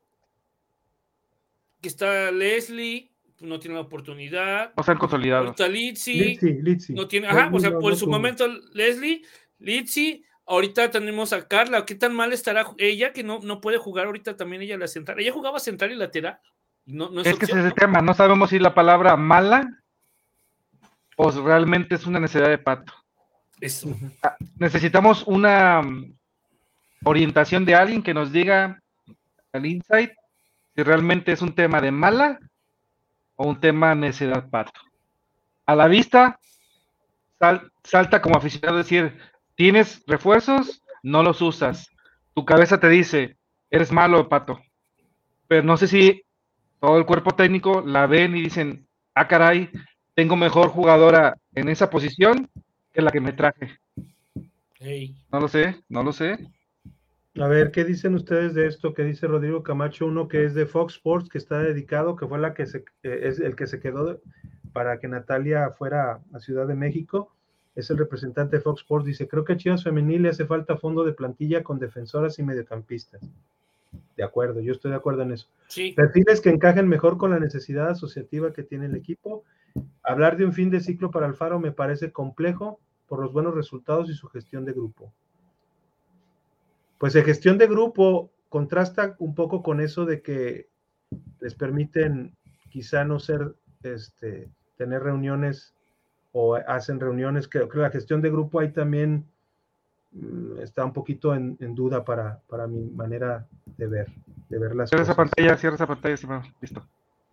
Que está Leslie, no tiene la oportunidad. No se han consolidado. Ahorita Litsi. No tiene, o sea, por su momento Leslie, Litsi. Ahorita tenemos a Carla. ¿Qué tan mal estará ella que no puede jugar ahorita también ella la central? Ella jugaba central y lateral. No es opción, que ese es el tema. No sabemos si la palabra mala o realmente es una necesidad de Pato. Eso. Necesitamos una orientación de alguien que nos diga al insight si realmente es un tema de mala o un tema necesidad Pato. A la vista salta como aficionado decir, tienes refuerzos, no los usas. Tu cabeza te dice, eres malo, Pato. Pero no sé si todo el cuerpo técnico la ven y dicen, ah, caray, tengo mejor jugadora en esa posición que la que me traje. Hey. No lo sé. A ver, ¿qué dicen ustedes de esto? ¿Qué dice Rodrigo Camacho? Uno que es de Fox Sports, que está dedicado, que fue es el que se quedó para que Natalia fuera a Ciudad de México. Es el representante de Fox Sports. Dice, creo que a Chivas Femenil le hace falta fondo de plantilla con defensoras y mediocampistas. De acuerdo, yo estoy de acuerdo en eso. Sí. Perfiles que encajen mejor con la necesidad asociativa que tiene el equipo. Hablar de un fin de ciclo para Alfaro me parece complejo por los buenos resultados y su gestión de grupo. Pues de gestión de grupo contrasta un poco con eso de que les permiten quizá no tener reuniones o hacen reuniones. Creo que la gestión de grupo ahí también está un poquito en duda para mi manera de ver las cosas. Cierra esa pantalla, sí, listo.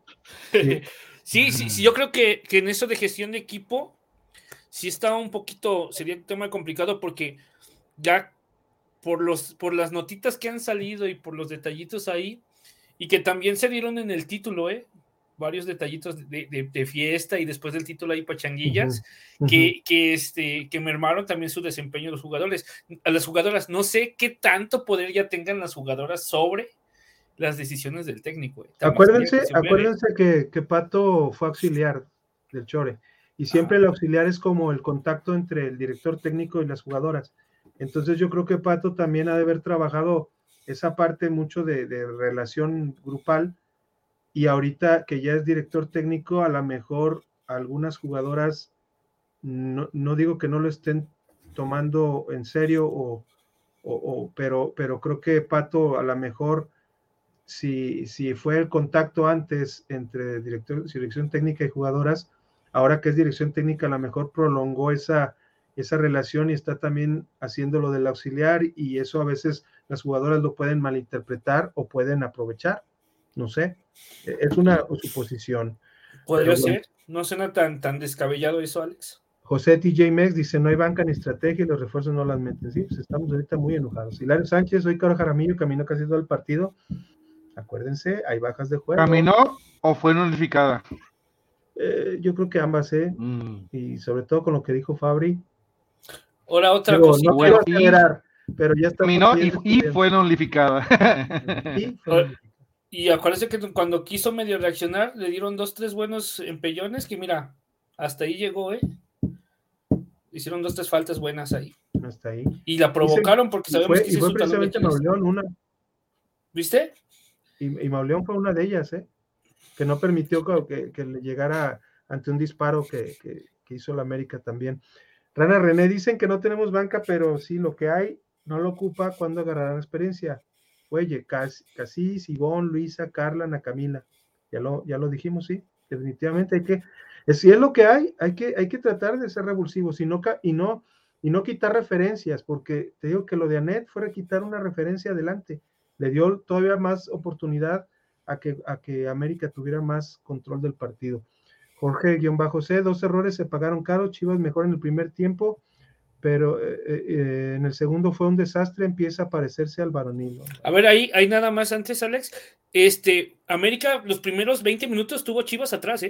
Sí, yo creo que en eso de gestión de equipo sí está un poquito, sería un tema complicado porque ya por las notitas que han salido y por los detallitos ahí, y que también se dieron en el título, varios detallitos de fiesta y después del título hay pachanguillas, que mermaron también su desempeño de los jugadores. A las jugadoras, no sé qué tanto poder ya tengan las jugadoras sobre las decisiones del técnico. Acuérdense que Pato fue auxiliar del Chore, y siempre el auxiliar es como el contacto entre el director técnico y las jugadoras. Entonces yo creo que Pato también ha de haber trabajado esa parte mucho de relación grupal, y ahorita que ya es director técnico, a lo mejor algunas jugadoras, no digo que no lo estén tomando en serio, pero creo que Pato a lo mejor, si fue el contacto antes entre dirección técnica y jugadoras, ahora que es dirección técnica, a lo mejor prolongó esa relación y está también haciendo lo del auxiliar, y eso a veces las jugadoras lo pueden malinterpretar o pueden aprovechar, no sé, es una suposición. Podría ser, no suena tan descabellado eso, Alex. José TJ Mex dice, no hay banca ni estrategia y los refuerzos no las meten. Sí, pues estamos ahorita muy enojados. Hilario Sánchez, hoy Caro Jaramillo caminó casi todo el partido. Acuérdense, hay bajas de juego. ¿Caminó o fue nulificada? Yo creo que ambas, y sobre todo con lo que dijo Fabri. Ahora otra cosa. No quiero acelerar, pero ya está. Caminó y fue nulificada. Y acuérdense que cuando quiso medio reaccionar, le dieron 2-3 buenos empellones que mira, hasta ahí llegó, hicieron 2-3 faltas buenas ahí. Hasta ahí. Y la provocaron porque sabemos que fue precisamente Mauleón una. ¿Viste? Y Mauleón fue una de ellas, que no permitió que le llegara ante un disparo que hizo la América también. Rana René, dicen que no tenemos banca, pero sí, lo que hay no lo ocupa cuando agarrarán experiencia. Oye, Casís, Ivonne, Luisa, Carla, Ana Camila, ya lo dijimos, sí, definitivamente si es lo que hay que tratar de ser revulsivos y no quitar referencias, porque te digo que lo de Anet fue quitar una referencia adelante, le dio todavía más oportunidad a que América tuviera más control del partido. Jorge-C, 2 errores se pagaron caro, Chivas mejor en el primer tiempo, pero en el segundo fue un desastre, empieza a parecerse al varonil, ¿no? A ver, ahí nada más antes, Alex, América los primeros 20 minutos tuvo Chivas atrás,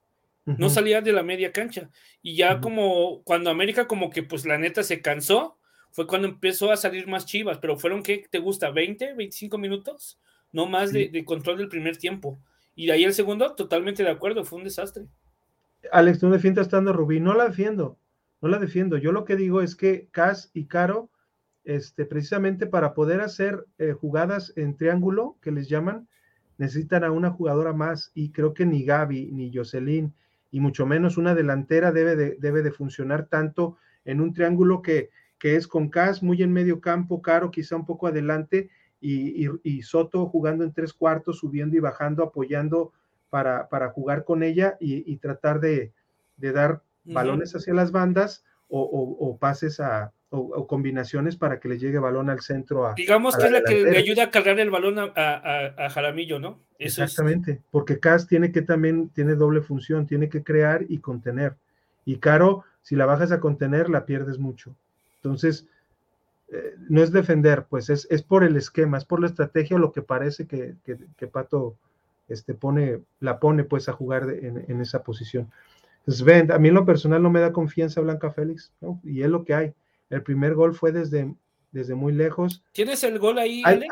no salía de la media cancha, y ya como cuando América como que pues la neta se cansó, fue cuando empezó a salir más Chivas, pero fueron, ¿qué te gusta? ¿20, 25 minutos? No más de control del primer tiempo, y de ahí el segundo, totalmente de acuerdo, fue un desastre. Alex, tú defiendes estando Rubí, no la defiendo, yo lo que digo es que Cas y Caro, precisamente para poder hacer jugadas en triángulo, que les llaman, necesitan a una jugadora más, y creo que ni Gaby, ni Jocelyn, y mucho menos una delantera debe de funcionar tanto en un triángulo que es con Cas muy en medio campo, Caro quizá un poco adelante, y Soto jugando en 3/4, subiendo y bajando, apoyando para jugar con ella y tratar de dar balones hacia las bandas o pases o combinaciones para que le llegue balón al centro. Digamos que es la que le ayuda a cargar el balón a Jaramillo, ¿no? Eso exactamente, porque Cas tiene doble función, tiene que crear y contener. Y Caro, si la bajas a contener, la pierdes mucho. Entonces, no es defender, pues es por el esquema, es por la estrategia, lo que parece que Pato la pone pues a jugar en esa posición. Sven, a mí en lo personal no me da confianza Blanca Félix, ¿no? Y es lo que hay. El primer gol fue desde muy lejos. ¿Tienes el gol ahí, Alex?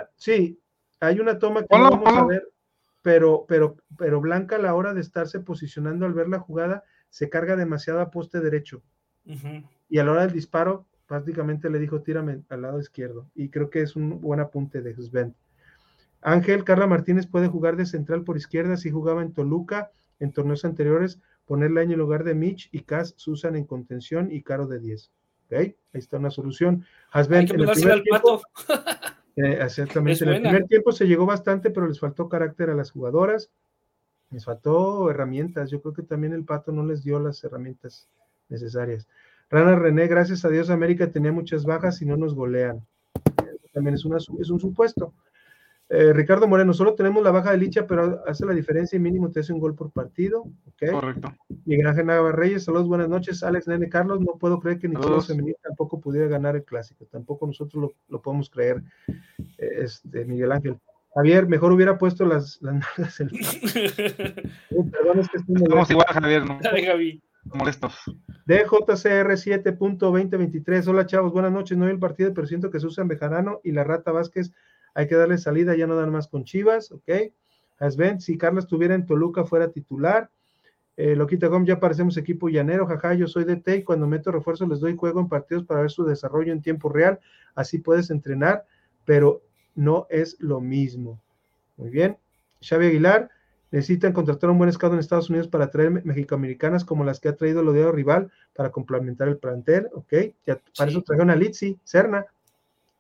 Hay una toma que no vamos a ver, pero Blanca a la hora de estarse posicionando al ver la jugada, se carga demasiado a poste derecho. Y a la hora del disparo, prácticamente le dijo, tírame al lado izquierdo. Y creo que es un buen apunte de Sven. Ángel, Carla Martínez puede jugar de central por izquierda, si jugaba en Toluca en torneos anteriores, ponerle en lugar de Mitch y Cas Susan en contención y Caro de 10. ¿Okay? Ahí está una solución. Hay que mandársela al Pato. Exactamente, en el primer tiempo se llegó bastante, pero les faltó carácter a las jugadoras, les faltó herramientas. Yo creo que también el Pato no les dio las herramientas necesarias. Rana René, gracias a Dios América tenía muchas bajas y no nos golean. También es un supuesto. Ricardo Moreno, solo tenemos la baja de Licha, pero hace la diferencia y mínimo te hace un gol por partido. ¿Okay? Correcto. Miguel Ángel Nava Reyes, saludos, buenas noches. Alex, Nene, Carlos, no puedo creer que ni Chivas Femenil tampoco pudiera ganar el clásico, tampoco nosotros lo podemos creer. Miguel Ángel. Javier, mejor hubiera puesto las nalgas en perdón, es que estamos igual, Javier, ¿no? Dale, Javi. Molestos. DJCR 7.2023. Hola chavos, buenas noches. No vi el partido, pero siento que Susan Bejarano y la Rata Vázquez hay que darle salida, ya no dan más con Chivas, ok. Asben, si Carla estuviera en Toluca fuera titular. Loquita Gom, ya parecemos equipo llanero, jaja, yo soy de T y cuando meto refuerzo les doy juego en partidos para ver su desarrollo en tiempo real, así puedes entrenar, pero no es lo mismo. Muy bien. Xavi Aguilar, necesitan contratar un buen scout en Estados Unidos para traer mexicoamericanas como las que ha traído el Odiado Rival para complementar el plantel, ok. Ya, para eso trajeron a Litsi, Serna,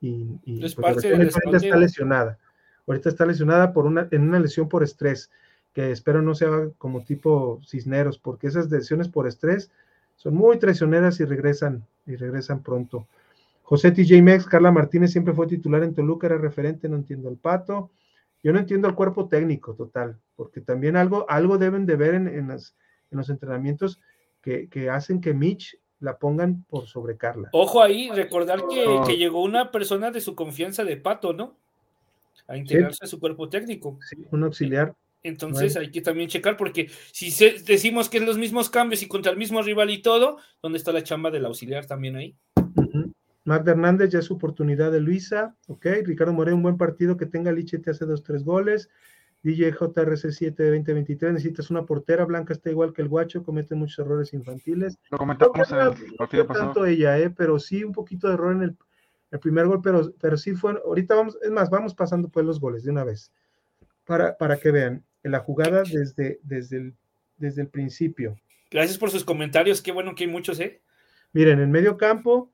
y pues, está lesionada. Ahorita está lesionada en una lesión por estrés. que espero no sea como tipo Cisneros, porque esas decisiones por estrés son muy traicioneras y regresan pronto. José TJ Mex, Carla Martínez siempre fue titular en Toluca, era referente, no entiendo el Pato. Yo no entiendo el cuerpo técnico total, porque también algo deben de ver en los entrenamientos que hacen que Mitch la pongan por sobre Carla. Ojo ahí, recordar que llegó una persona de su confianza de Pato, ¿no? A integrarse a su cuerpo técnico. Sí, un auxiliar. Entonces hay que también checar, porque si decimos que es los mismos cambios y contra el mismo rival y todo, ¿dónde está la chamba del auxiliar también ahí? Magda Hernández, ya es su oportunidad de Luisa, ok. Ricardo Moreno, un buen partido, que tenga Liche, te hace 2-3 goles. DJ JRC7 de 2023, necesitas una portera. Blanca está igual que el Guacho, comete muchos errores infantiles. Lo comentamos en el partido pasado. Tanto ella, pero sí un poquito de error en el primer gol, pero sí fue. Ahorita vamos pasando pues los goles de una vez, para que vean en la jugada desde el principio. Gracias por sus comentarios, qué bueno que hay muchos, Miren, en medio campo,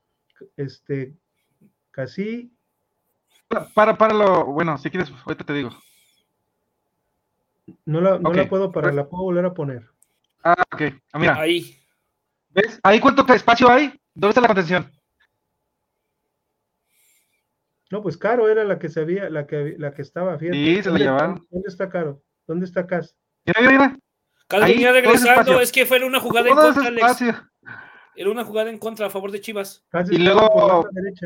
casi. Páralo, bueno, si quieres, ahorita te digo. No la puedo parar, la puedo volver a poner. Ok, mira. Ahí. ¿Ves? ¿Ahí cuánto espacio hay? ¿Dónde está la contención? No, pues Caro era la que sabía, la que estaba, fíjate. Sí, se la llevaron. ¿Dónde está Caro? ¿Dónde está Cas? Mira. Caro venía regresando, es que fue una jugada en contra, Alex. Era una jugada en contra a favor de Chivas. Y luego,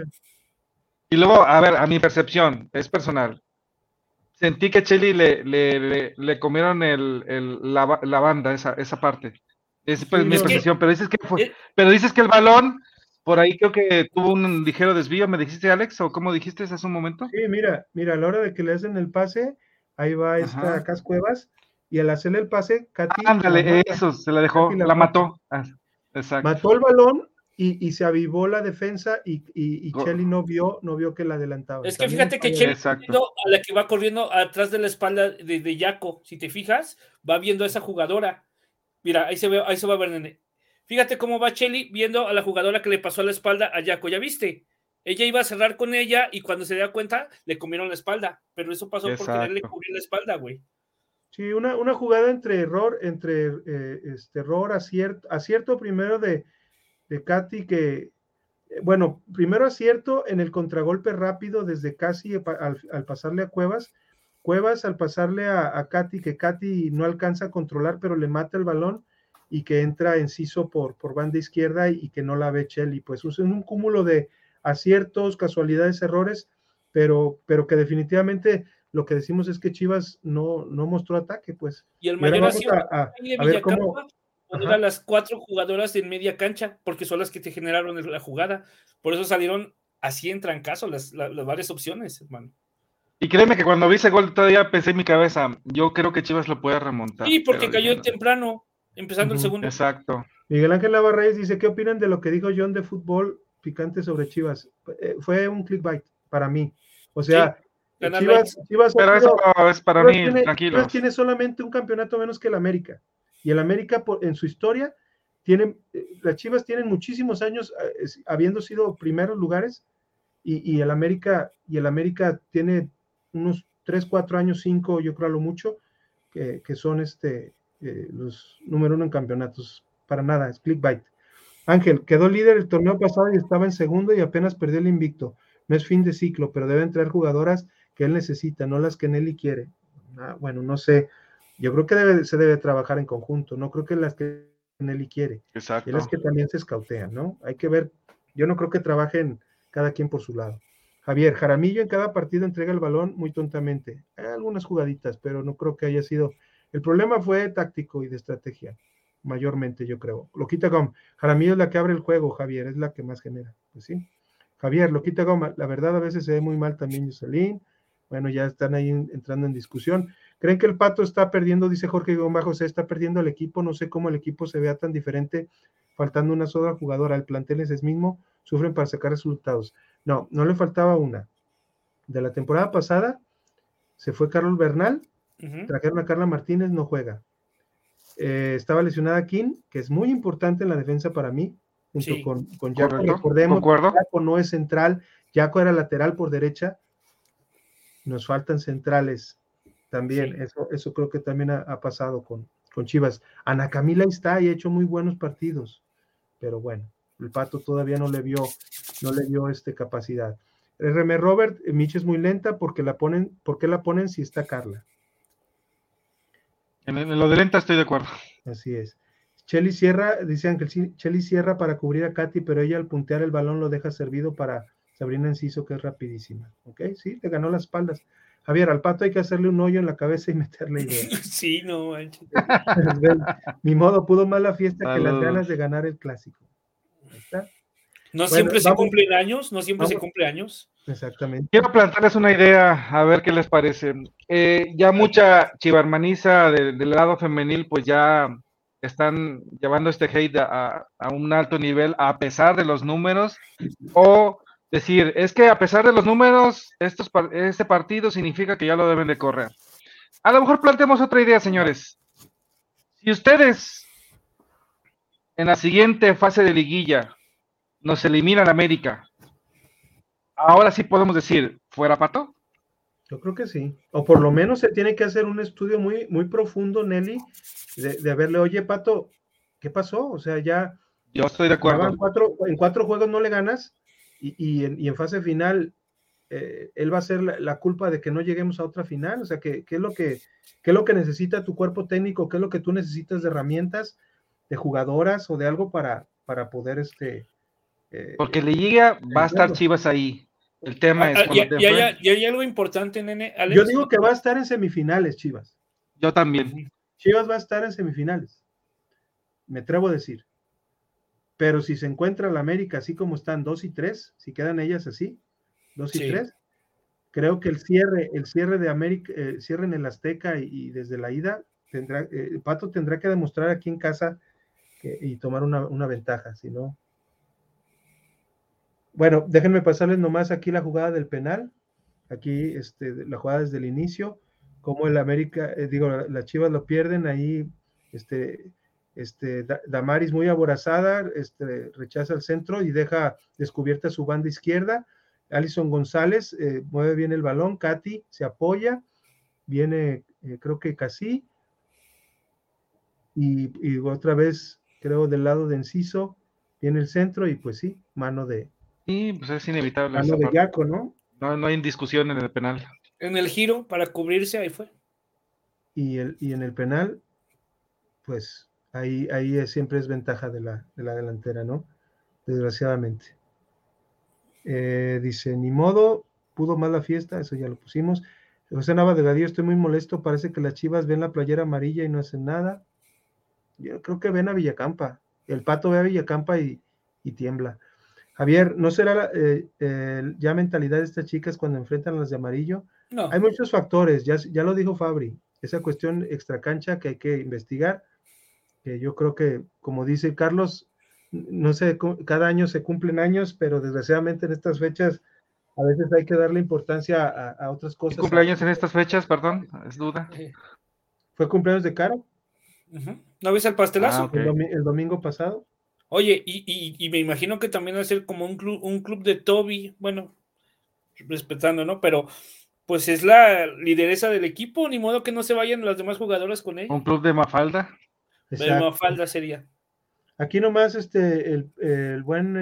a ver, a mi percepción, es personal. Sentí que Cheli le comieron la banda, esa parte. Es mi percepción, pero dices que el balón, por ahí creo que tuvo un ligero desvío, ¿me dijiste, Alex? ¿O cómo dijiste hace un momento? Sí, mira, a la hora de que le hacen el pase, ahí va esta Cas Cuevas, y al hacerle el pase, Katy... Ándale, eso, se la dejó, la mató. Exacto. Mató el balón y se avivó la defensa y Cheli no vio que la adelantaba. Es que fíjate que Cheli a la que va corriendo atrás de la espalda de Yaco, si te fijas, va viendo a esa jugadora. Mira, ahí se va a ver, nene. Fíjate cómo va Cheli viendo a la jugadora que le pasó a la espalda a Yaco, ¿ya viste? Ella iba a cerrar con ella y cuando se da cuenta le comieron la espalda, pero eso pasó por quererle cubrir la espalda, güey. Sí, una jugada entre error, acierto primero de Katy, que, bueno, primero acierto en el contragolpe rápido desde casi al pasarle a Cuevas al pasarle a Katy, que Katy no alcanza a controlar, pero le mata el balón y que entra Enciso por banda izquierda y que no la ve Cheli. Pues es un cúmulo de aciertos, casualidades, errores, pero que definitivamente lo que decimos es que Chivas no mostró ataque, pues. Y el mayor acierto a ver cómo poner a las 4 jugadoras en media cancha, porque son las que te generaron la jugada. Por eso salieron así en trancazo las varias opciones, hermano. Y créeme que cuando vi ese gol todavía pensé en mi cabeza, yo creo que Chivas lo puede remontar. Sí, porque cayó temprano, empezando el segundo. Exacto. Miguel Ángel Navarreyes dice, ¿qué opinan de lo que dijo John de fútbol picante sobre Chivas? Fue un clickbait para mí. O sea, sí, Chivas pero eso es para mí, tranquilo. Chivas tiene solamente un campeonato menos que el América. Y el América, en su historia, las Chivas tienen muchísimos años habiendo sido primeros lugares, y el América tiene unos 3, 4 años, 5, yo creo a lo mucho, que son los número 1 en campeonatos. Para nada, es clickbait. Ángel, quedó líder el torneo pasado y estaba en segundo y apenas perdió el invicto. No es fin de ciclo, pero deben traer jugadoras que él necesita, no las que Nelly quiere. Bueno, no sé. Yo creo que se debe trabajar en conjunto, no creo que las que Nelly quiere. Exacto. Y las que también se escautean, ¿no? Hay que ver, yo no creo que trabajen cada quien por su lado. Javier, Jaramillo en cada partido entrega el balón muy tontamente. Hay algunas jugaditas, pero no creo que haya sido. El problema fue táctico y de estrategia, mayormente, yo creo. Loquita Gom, Jaramillo es la que abre el juego, Javier, es la que más genera. Pues sí. Javier, Loquita Gom, la verdad a veces se ve muy mal también Jocelyn. Bueno, ya están ahí entrando en discusión. ¿Creen que el Pato está perdiendo? Dice Jorge Gómez, se está perdiendo el equipo. No sé cómo el equipo se vea tan diferente, faltando una sola jugadora. El plantel es el mismo, sufren para sacar resultados. No le faltaba una. De la temporada pasada se fue Carlos Bernal, trajeron a Carla Martínez, no juega. Estaba lesionada Kim, que es muy importante en la defensa para mí, junto con Yaco. Recordemos, Yaco no es central, Yaco era lateral por derecha. Nos faltan centrales También, eso creo que también ha pasado con Chivas. Ana Camila está y ha hecho muy buenos partidos, pero bueno, el Pato todavía no le vio capacidad. RM Robert, Miche es muy lenta, ¿por qué la ponen si está Carla? En lo de lenta estoy de acuerdo. Así es. Chely Sierra, dice Ángel, Chely Sierra para cubrir a Katy, pero ella al puntear el balón lo deja servido para Sabrina Enciso, que es rapidísima. ¿Ok? Sí, te ganó las espaldas. Javier, al Pato hay que hacerle un hoyo en la cabeza y meterle idea. Sí, no manches. Ni modo, pudo más la fiesta que las ganas de ganar el clásico. Ahí está. No siempre se cumplen años, no siempre se cumple años. Exactamente. Quiero plantearles una idea, a ver qué les parece. Ya mucha chivarmaniza del lado femenil, pues ya están llevando este hate a un alto nivel a pesar de los números, o decir, es que a pesar de los números, este partido significa que ya lo deben de correr. A lo mejor planteemos otra idea, señores. Si ustedes en la siguiente fase de liguilla nos eliminan América, ahora sí podemos decir, ¿fuera Pato? Yo creo que sí. O por lo menos se tiene que hacer un estudio muy, muy profundo, Nelly, de verle, oye, Pato, ¿qué pasó? O sea, ya... Yo estoy de acuerdo. En 4 juegos no le ganas y en fase final él va a ser la culpa de que no lleguemos a otra final. O sea, ¿qué es lo que necesita tu cuerpo técnico? ¿Qué es lo que tú necesitas de herramientas, de jugadoras o de algo para poder porque le llega, va a estar Chivas ahí. El tema es y hay algo importante, nene, Alex. Yo digo que va a estar en semifinales, Chivas. Yo también. Chivas va a estar en semifinales. Me atrevo a decir. Pero si se encuentra la América así como están 2 y 3, si quedan ellas así, 2 y 3, creo que el cierre de América, cierre en el Azteca y desde la ida, Pato tendrá que demostrar aquí en casa y tomar una ventaja, si no. Bueno, déjenme pasarles nomás aquí la jugada del penal, aquí la jugada desde el inicio, como el América, las Chivas lo pierden, ahí Damaris muy aborazada, rechaza el centro y deja descubierta su banda izquierda. Alison González mueve bien el balón, Katy se apoya, viene creo que Casi, y otra vez creo del lado de Enciso, viene el centro y pues sí, mano de... Sí, pues es inevitable. Mano de Yaco, ¿no? No hay discusión en el penal. En el giro para cubrirse, ahí fue. Y en el penal, pues ahí siempre es ventaja de la delantera, ¿no? Desgraciadamente. Dice, ni modo, pudo más la fiesta, eso ya lo pusimos. José Nava de Gadillo, estoy muy molesto, parece que las Chivas ven la playera amarilla y no hacen nada. Yo creo que ven a Villacampa. El Pato ve a Villacampa y tiembla. Javier, ¿no será ya mentalidad de estas chicas cuando enfrentan a las de amarillo? No. Hay muchos factores, ya lo dijo Fabri, esa cuestión extracancha que hay que investigar, que yo creo que, como dice Carlos, no sé, cada año se cumplen años, pero desgraciadamente en estas fechas a veces hay que darle importancia a otras cosas. ¿Qué cumpleaños en estas fechas? Perdón, es duda. ¿Fue cumpleaños de Caro? ¿No ves el pastelazo? Okay. El domingo pasado. Oye, y me imagino que también va a ser como un club de Toby, bueno, respetando, ¿no? Pero pues es la lideresa del equipo, ni modo que no se vayan las demás jugadoras con ella. Un club de Mafalda. De Mafalda sería. Aquí nomás el buen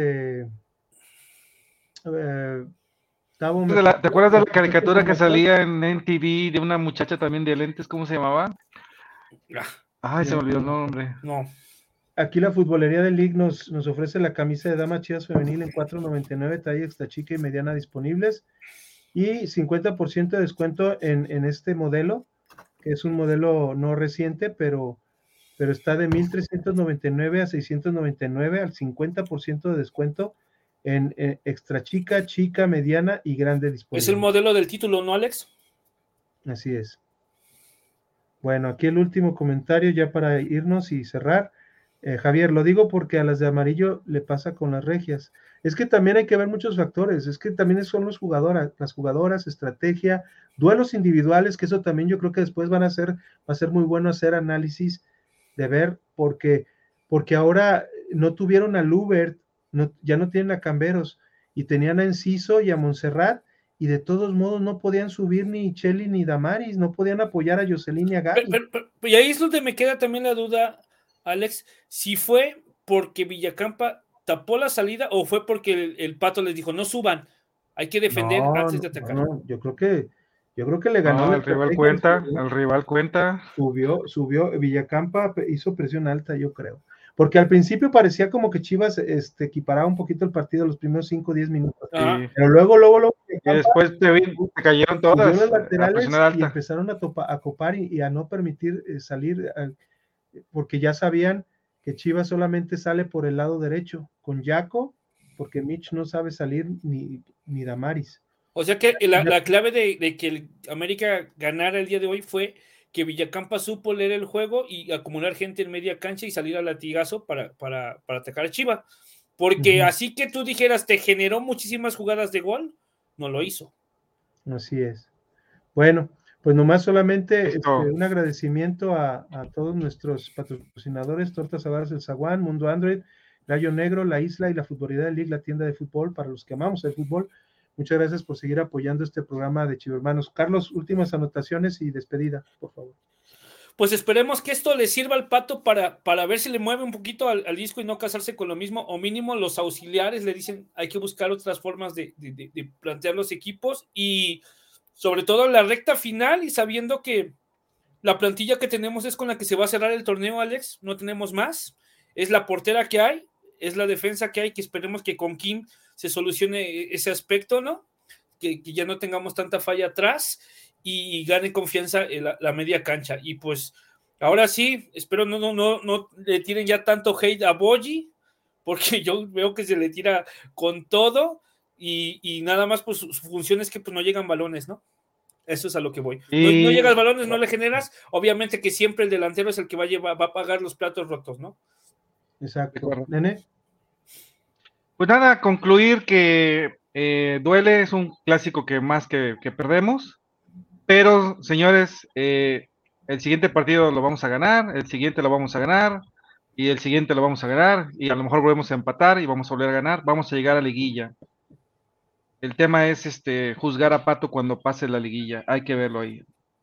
¿Te acuerdas de la caricatura que salía en MTV de una muchacha también de lentes? ¿Cómo se llamaba? Ay, se me olvidó el nombre. No. Aquí la futbolería del League nos ofrece la camisa de Damas Chivas Femenil en $4.99, talla extra chica y mediana disponibles, y 50% de descuento en este modelo, que es un modelo no reciente, pero está de $1,399 a $699 al 50% de descuento en extra chica, mediana y grande disponible. Es el modelo del título, ¿no, Alex? Así es. Bueno, aquí el último comentario ya para irnos y cerrar. Javier, lo digo porque a las de amarillo le pasa con las regias. Es que también hay que ver muchos factores, es que también son las jugadoras, estrategia, duelos individuales, que eso también yo creo que después va a ser muy bueno hacer análisis de ver, porque ahora no tuvieron a Lubert, ya no tienen a Camberos, y tenían a Enciso y a Montserrat, y de todos modos no podían subir ni Cheli ni Damaris, no podían apoyar a Jocelyn y a Gaby. Y ahí es donde me queda también la duda, Alex, si fue porque Villacampa tapó la salida o fue porque el Pato les dijo, no suban, hay que defender antes de atacar. No, yo creo que le ganó. El rival cuenta. Subió, Villacampa hizo presión alta, yo creo. Porque al principio parecía como que Chivas equiparaba un poquito el partido los primeros 5 o 10 minutos. Sí. Pero luego y después te cayeron todas los laterales y empezaron a copar y a no permitir salir, porque ya sabían que Chivas solamente sale por el lado derecho, con Jaco, porque Mitch no sabe salir ni Damaris. O sea que la clave de que el América ganara el día de hoy fue que Villacampa supo leer el juego y acumular gente en media cancha y salir al latigazo para atacar a Chivas. Porque así que tú dijeras, te generó muchísimas jugadas de gol, no lo hizo. Así es. Bueno, pues nomás solamente un agradecimiento a todos nuestros patrocinadores, Tortas Ahogadas del Zaguán, Mundo Android, Gallo Negro, La Isla y la Futbolidad League, la tienda de fútbol para los que amamos el fútbol. Muchas gracias por seguir apoyando este programa de Chivermanos. Carlos, últimas anotaciones y despedida, por favor. Pues esperemos que esto le sirva al Pato para ver si le mueve un poquito al disco y no casarse con lo mismo, o mínimo los auxiliares le dicen hay que buscar otras formas de plantear los equipos y sobre todo en la recta final y sabiendo que la plantilla que tenemos es con la que se va a cerrar el torneo, Alex, no tenemos más, es la portera que hay, es la defensa que hay, que esperemos que con Kim se solucione ese aspecto, ¿no? Que ya no tengamos tanta falla atrás y gane confianza en la media cancha. Y pues, ahora sí, espero no le tiren ya tanto hate a Boyi, porque yo veo que se le tira con todo y nada más, pues su función es que pues no llegan balones, ¿no? Eso es a lo que voy. No llegas balones, no le generas, obviamente que siempre el delantero es el que va a pagar los platos rotos, ¿no? Exacto. Nene. Pues nada, concluir que duele, es un clásico que más que perdemos, pero señores, el siguiente partido lo vamos a ganar, el siguiente lo vamos a ganar, y el siguiente lo vamos a ganar, y a lo mejor volvemos a empatar y vamos a volver a ganar, vamos a llegar a liguilla. El tema es juzgar a Pato cuando pase la liguilla, hay que verlo ahí.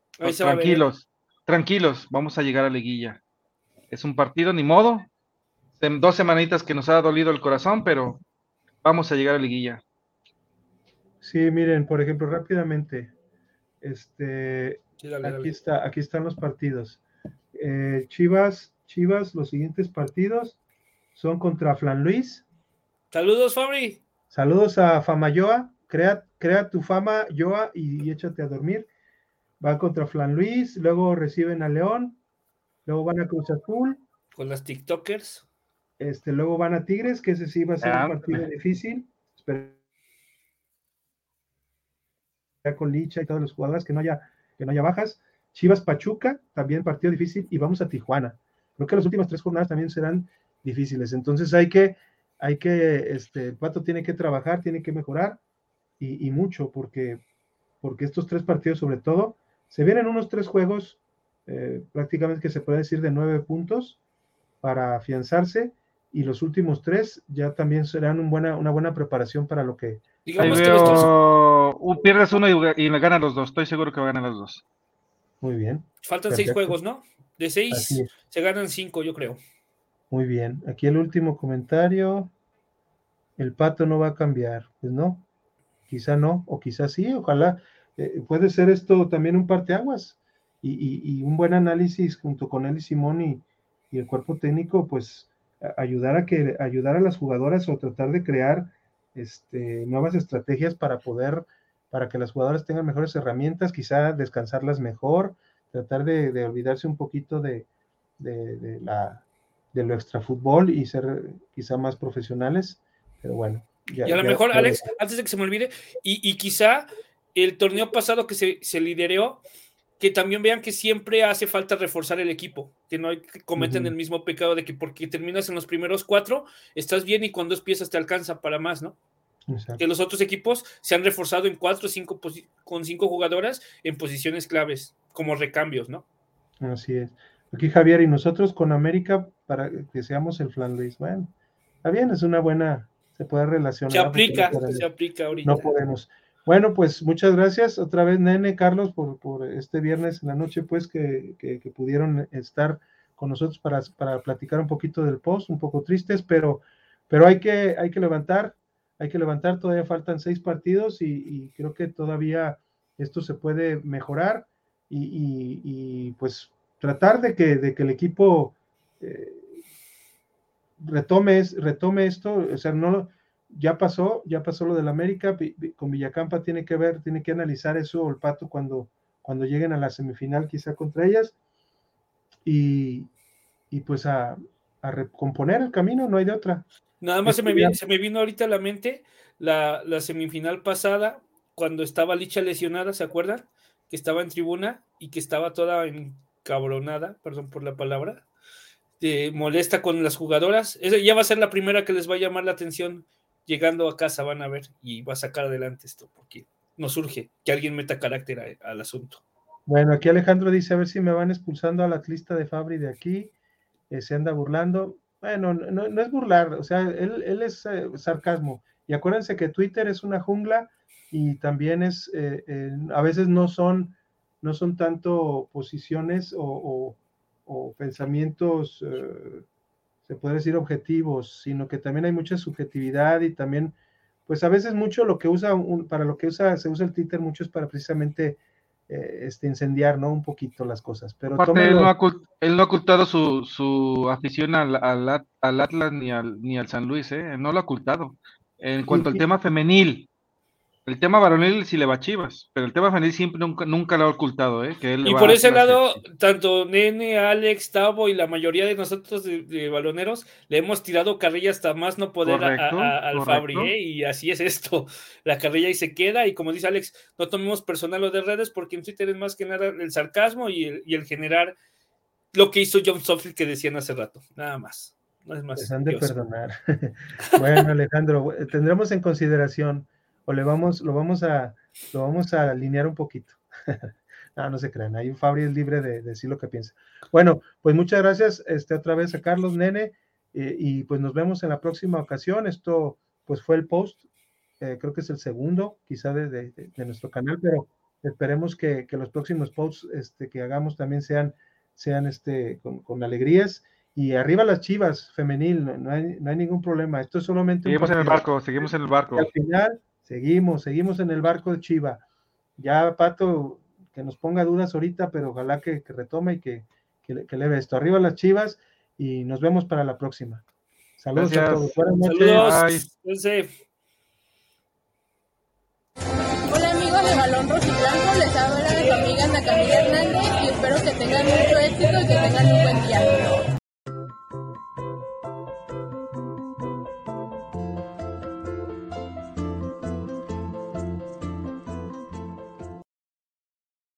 Tranquilos, vamos a llegar a liguilla. Es un partido, ni modo. 2 semanitas que nos ha dolido el corazón, pero vamos a llegar a liguilla. Sí, miren, por ejemplo, rápidamente, aquí están los partidos. Chivas, los siguientes partidos son contra Flan Luis. Saludos, Fabri. Saludos a Fama Yoa, crea tu fama, Yoa, y échate a dormir. Va contra Flan Luis, luego reciben a León, luego van a Cruz Azul. Con las TikTokers. Luego van a Tigres, que ese sí va a ser un partido difícil. Espero con Licha y todos los jugadores que no haya bajas. Chivas Pachuca, también partido difícil, y vamos a Tijuana. Creo que las últimas 3 jornadas también serán difíciles. Entonces el Pato tiene que trabajar, tiene que mejorar, y mucho, porque estos 3 partidos, sobre todo, se vienen unos 3 juegos, prácticamente que se puede decir de 9 puntos para afianzarse, y los últimos 3 ya también serán una buena preparación para lo que... Digamos pierdes uno y le ganan los 2, estoy seguro que va a ganar los 2. Muy bien. Faltan 6 juegos, ¿no? De 6 se ganan 5, yo creo. Muy bien. Aquí el último comentario. El Pato no va a cambiar. Pues no. Quizá no, o quizá sí. Ojalá. Puede ser esto también un parteaguas. Y un buen análisis junto con él y Simón y el cuerpo técnico, pues ayudar a las jugadoras o tratar de crear nuevas estrategias para que las jugadoras tengan mejores herramientas, quizá descansarlas mejor, tratar de olvidarse un poquito de lo extrafútbol y ser quizá más profesionales, pero bueno. Y a lo mejor, Alex, antes de que se me olvide, y quizá el torneo pasado que se lideró, que también vean que siempre hace falta reforzar el equipo, que no cometen el mismo pecado de que porque terminas en los primeros 4, estás bien y cuando empiezas te alcanza para más, ¿no? Exacto. Que los otros equipos se han reforzado en 4 o 5 con 5 jugadoras en posiciones claves, como recambios, ¿no? Así es. Aquí Javier, y nosotros con América para que seamos el Flan Luis. Bueno, está bien, es una buena, se puede relacionar. Se aplica ahorita. No podemos. Bueno, pues muchas gracias otra vez, Nene, Carlos, por este viernes en la noche, pues que pudieron estar con nosotros para platicar un poquito del post, un poco tristes, pero hay que levantar, todavía faltan 6 partidos y creo que todavía esto se puede mejorar y pues tratar de que el equipo retome esto, o sea, no ya pasó lo del América, con Villacampa tiene que analizar eso el Pato cuando lleguen a la semifinal quizá contra ellas y pues a recomponer el camino, no hay de otra. Nada más se me vino ahorita a la mente la semifinal pasada, cuando estaba Licha lesionada, ¿se acuerdan? Que estaba en tribuna y que estaba toda encabronada, perdón por la palabra, molesta con las jugadoras. Esa ya va a ser la primera que les va a llamar la atención llegando a casa, van a ver, y va a sacar adelante esto, porque nos urge que alguien meta carácter al asunto. Bueno, aquí Alejandro dice, a ver si me van expulsando al atlista de Fabri de aquí, se anda burlando. Bueno, no es burlar, o sea, él es sarcasmo. Y acuérdense que Twitter es una jungla y también es, a veces no son tanto posiciones o pensamientos, se puede decir objetivos, sino que también hay mucha subjetividad y también, pues a veces mucho lo que se usa el Twitter mucho es para precisamente incendiar, ¿no? Un poquito las cosas. Pero aparte, él no ha ocultado su afición al Atlas ni al San Luis, no lo ha ocultado. En cuanto al tema femenil, el tema varonil sí le va a Chivas, pero el tema femenil siempre nunca lo ha ocultado, que él y por ese lado, tanto Nene, Alex, Tavo y la mayoría de nosotros de baloneros le hemos tirado carrilla hasta más no poder al Fabri, y así es esto, la carrilla ahí se queda, y como dice Alex, no tomemos personal lo de redes, porque en Twitter es más que nada el sarcasmo y el generar lo que hizo John Soffield que decían hace rato, nada más, no es más. Pues han de perdonar. Bueno, Alejandro, tendremos en consideración o lo vamos a alinear un poquito. No se crean, ahí Fabri es libre de decir lo que piensa. Bueno, pues muchas gracias otra vez a Carlos, Nene, y pues nos vemos en la próxima ocasión. Esto pues fue el post, creo que es el segundo quizá de nuestro canal, pero esperemos que los próximos posts que hagamos también sean con alegrías. Y arriba las Chivas femenil, no hay ningún problema. Esto es solamente seguimos en el barco. Y al final seguimos en el barco de Chiva. Ya Pato, que nos ponga dudas ahorita, pero ojalá que retome y que leve esto. Arriba las Chivas y nos vemos para la próxima. Saludos. Gracias. A todos. Buenas noches. Saludos. Hola amigos de Balón Rojiblanco, les habla de su amiga Ana Camila Hernández y espero que tengan mucho éxito y que tengan un buen día.